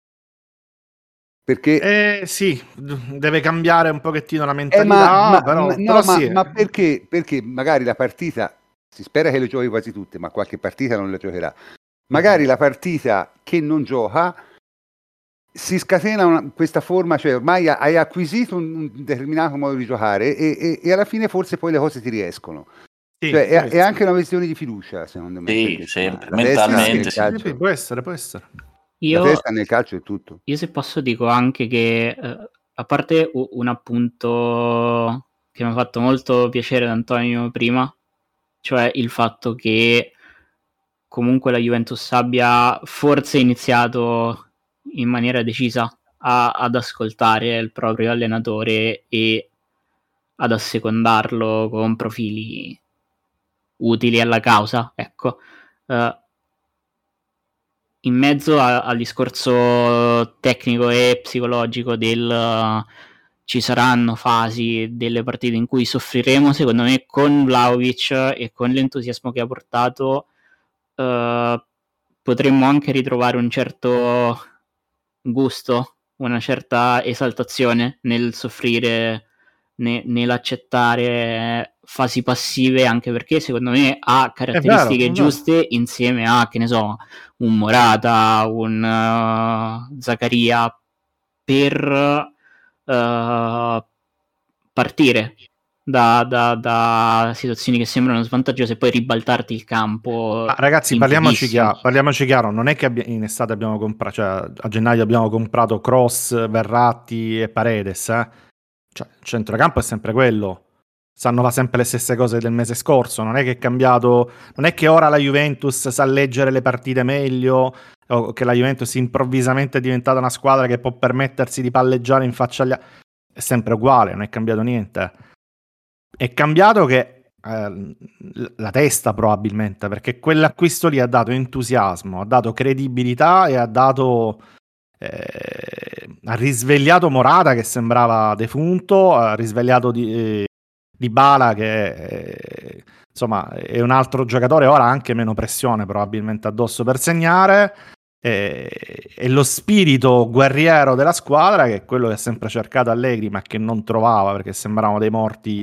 Perché Eh sì, d- deve cambiare un pochettino la Eh, ma, mentalità, ma- però, ma- però no, ma, sì. ma perché? Perché magari la partita, si spera che le giochi quasi tutte, ma qualche partita non la giocherà. Magari la partita che non gioca si scatena una- questa forma, cioè ormai ha- hai acquisito un, un determinato modo di giocare e, e- e alla fine forse poi le cose ti riescono. Sì, Cioè, è, questo. è anche una questione di fiducia, secondo me. Sì, perché, insomma, sempre, la testa mentalmente, nel sì. Sì, calcio, sì, può essere, può essere. la Io, testa nel calcio è tutto. io se posso dico anche che, eh, a parte u- un appunto che mi ha fatto molto piacere da Antonio prima, cioè il fatto che comunque la Juventus abbia forse iniziato in maniera decisa a- ad ascoltare il proprio allenatore e ad assecondarlo con profili utili alla causa, ecco. Eh, in mezzo a- al discorso tecnico e psicologico del uh, ci saranno fasi delle partite in cui soffriremo, secondo me con Vlahovic e con l'entusiasmo che ha portato uh, potremmo anche ritrovare un certo gusto, una certa esaltazione nel soffrire, ne- nell'accettare fasi passive, anche perché secondo me ha È vero, caratteristiche è vero. giuste insieme a, che ne so, un Morata, un uh, Zaccaria per uh, partire da, da, da situazioni che sembrano svantaggiose e poi ribaltarti il campo Ma ragazzi, in parliamoci pochissimo. chiaro, parliamoci chiaro, non è che abbia- in estate abbiamo comprato, cioè a gennaio abbiamo comprato Cross, Verratti e Paredes, eh? Cioè, il centrocampo è sempre quello. Sanno fa sempre le stesse cose del mese scorso, non è che è cambiato, non è che ora la Juventus sa leggere le partite meglio o che la Juventus improvvisamente è diventata una squadra che può permettersi di palleggiare in faccia agli altri. È sempre uguale, non è cambiato niente. È cambiato che eh, la testa probabilmente, perché quell'acquisto lì ha dato entusiasmo, ha dato credibilità e ha dato eh, ha risvegliato Morata che sembrava defunto, ha risvegliato di, eh, Dybala che eh, insomma è un altro giocatore, ora ha anche meno pressione probabilmente addosso per segnare, e, e lo spirito guerriero della squadra, che è quello che ha sempre cercato Allegri ma che non trovava perché sembravano dei morti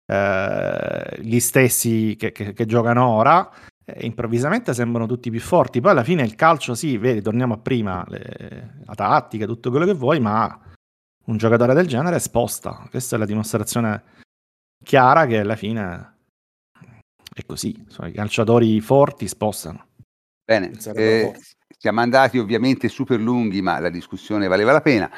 eh, gli stessi che, che, che giocano ora, e improvvisamente sembrano tutti più forti. Poi alla fine il calcio, sì, vedi, torniamo a prima, le, la tattica, tutto quello che vuoi, ma un giocatore del genere sposta. Questa è la dimostrazione chiara che alla fine è così. Insomma, i calciatori forti spostano. Bene, eh, siamo andati ovviamente super lunghi, ma la discussione valeva la pena.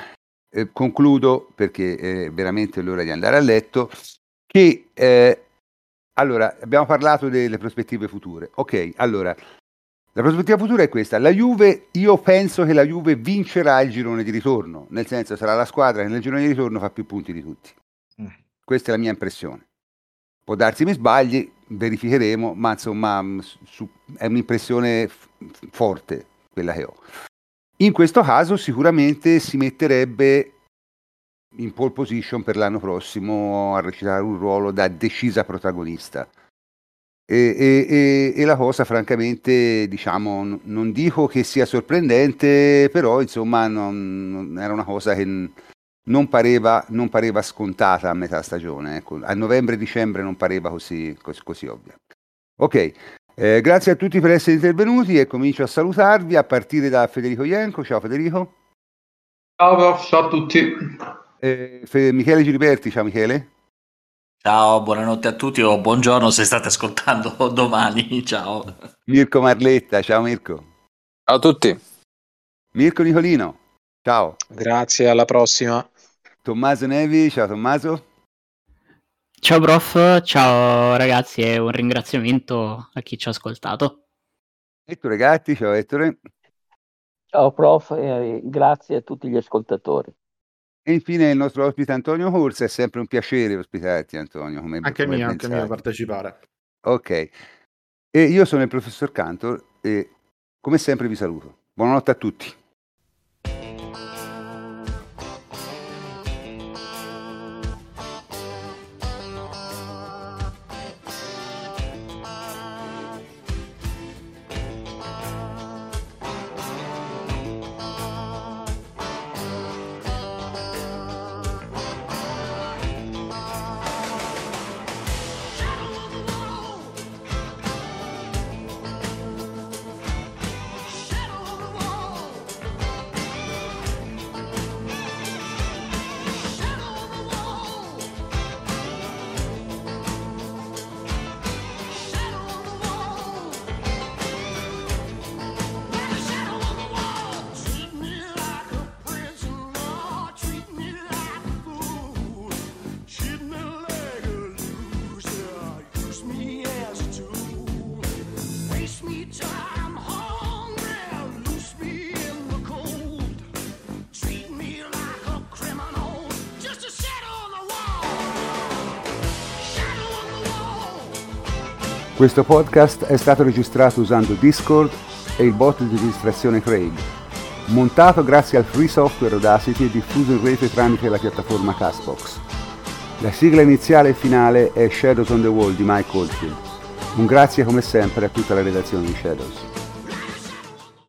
eh, concludo, perché è veramente l'ora di andare a letto, che eh, allora abbiamo parlato delle prospettive future. Ok, allora la prospettiva futura è questa: la Juve, io penso che la Juve vincerà il girone di ritorno, nel senso sarà la squadra che nel girone di ritorno fa più punti di tutti. Mm. Questa è la mia impressione. Può darsi mi sbagli, verificheremo, ma insomma su, è un'impressione f- forte quella che ho. In questo caso sicuramente si metterebbe in pole position per l'anno prossimo a recitare un ruolo da decisa protagonista. E, e, e, e la cosa francamente, diciamo, n- non dico che sia sorprendente, però insomma non, non era una cosa che n- non pareva, non pareva scontata a metà stagione, ecco. A novembre-dicembre non pareva così, così, così ovvia. Ok, eh, grazie a tutti per essere intervenuti e comincio a salutarvi a partire da Federico Ienco. Ciao Federico. Ciao prof, ciao a tutti. Eh, Fe- Michele Giliberti, ciao Michele. Ciao, buonanotte a tutti o buongiorno se state ascoltando domani, ciao. Mirko Marletta, ciao Mirko. Ciao a tutti. Mirko Nicolino, ciao. Grazie, alla prossima. Tommaso Nevi, ciao Tommaso. Ciao prof, ciao ragazzi e un ringraziamento a chi ci ha ascoltato. Ettore Gatti, ciao Ettore. Ciao prof, e grazie a tutti gli ascoltatori. E infine il nostro ospite Antonio Corsa, è sempre un piacere ospitarti Antonio. Come, anche come mio, anche pensavi. mio partecipare. Ok, e io sono il professor Cantor e come sempre vi saluto. Buonanotte a tutti. Questo podcast è stato registrato usando Discord e il bot di registrazione Craig, montato grazie al free software Audacity e diffuso in rete tramite la piattaforma Castbox. La sigla iniziale e finale è Shadows on the Wall di Mike Oldfield. Un grazie come sempre a tutta la redazione di Shadows.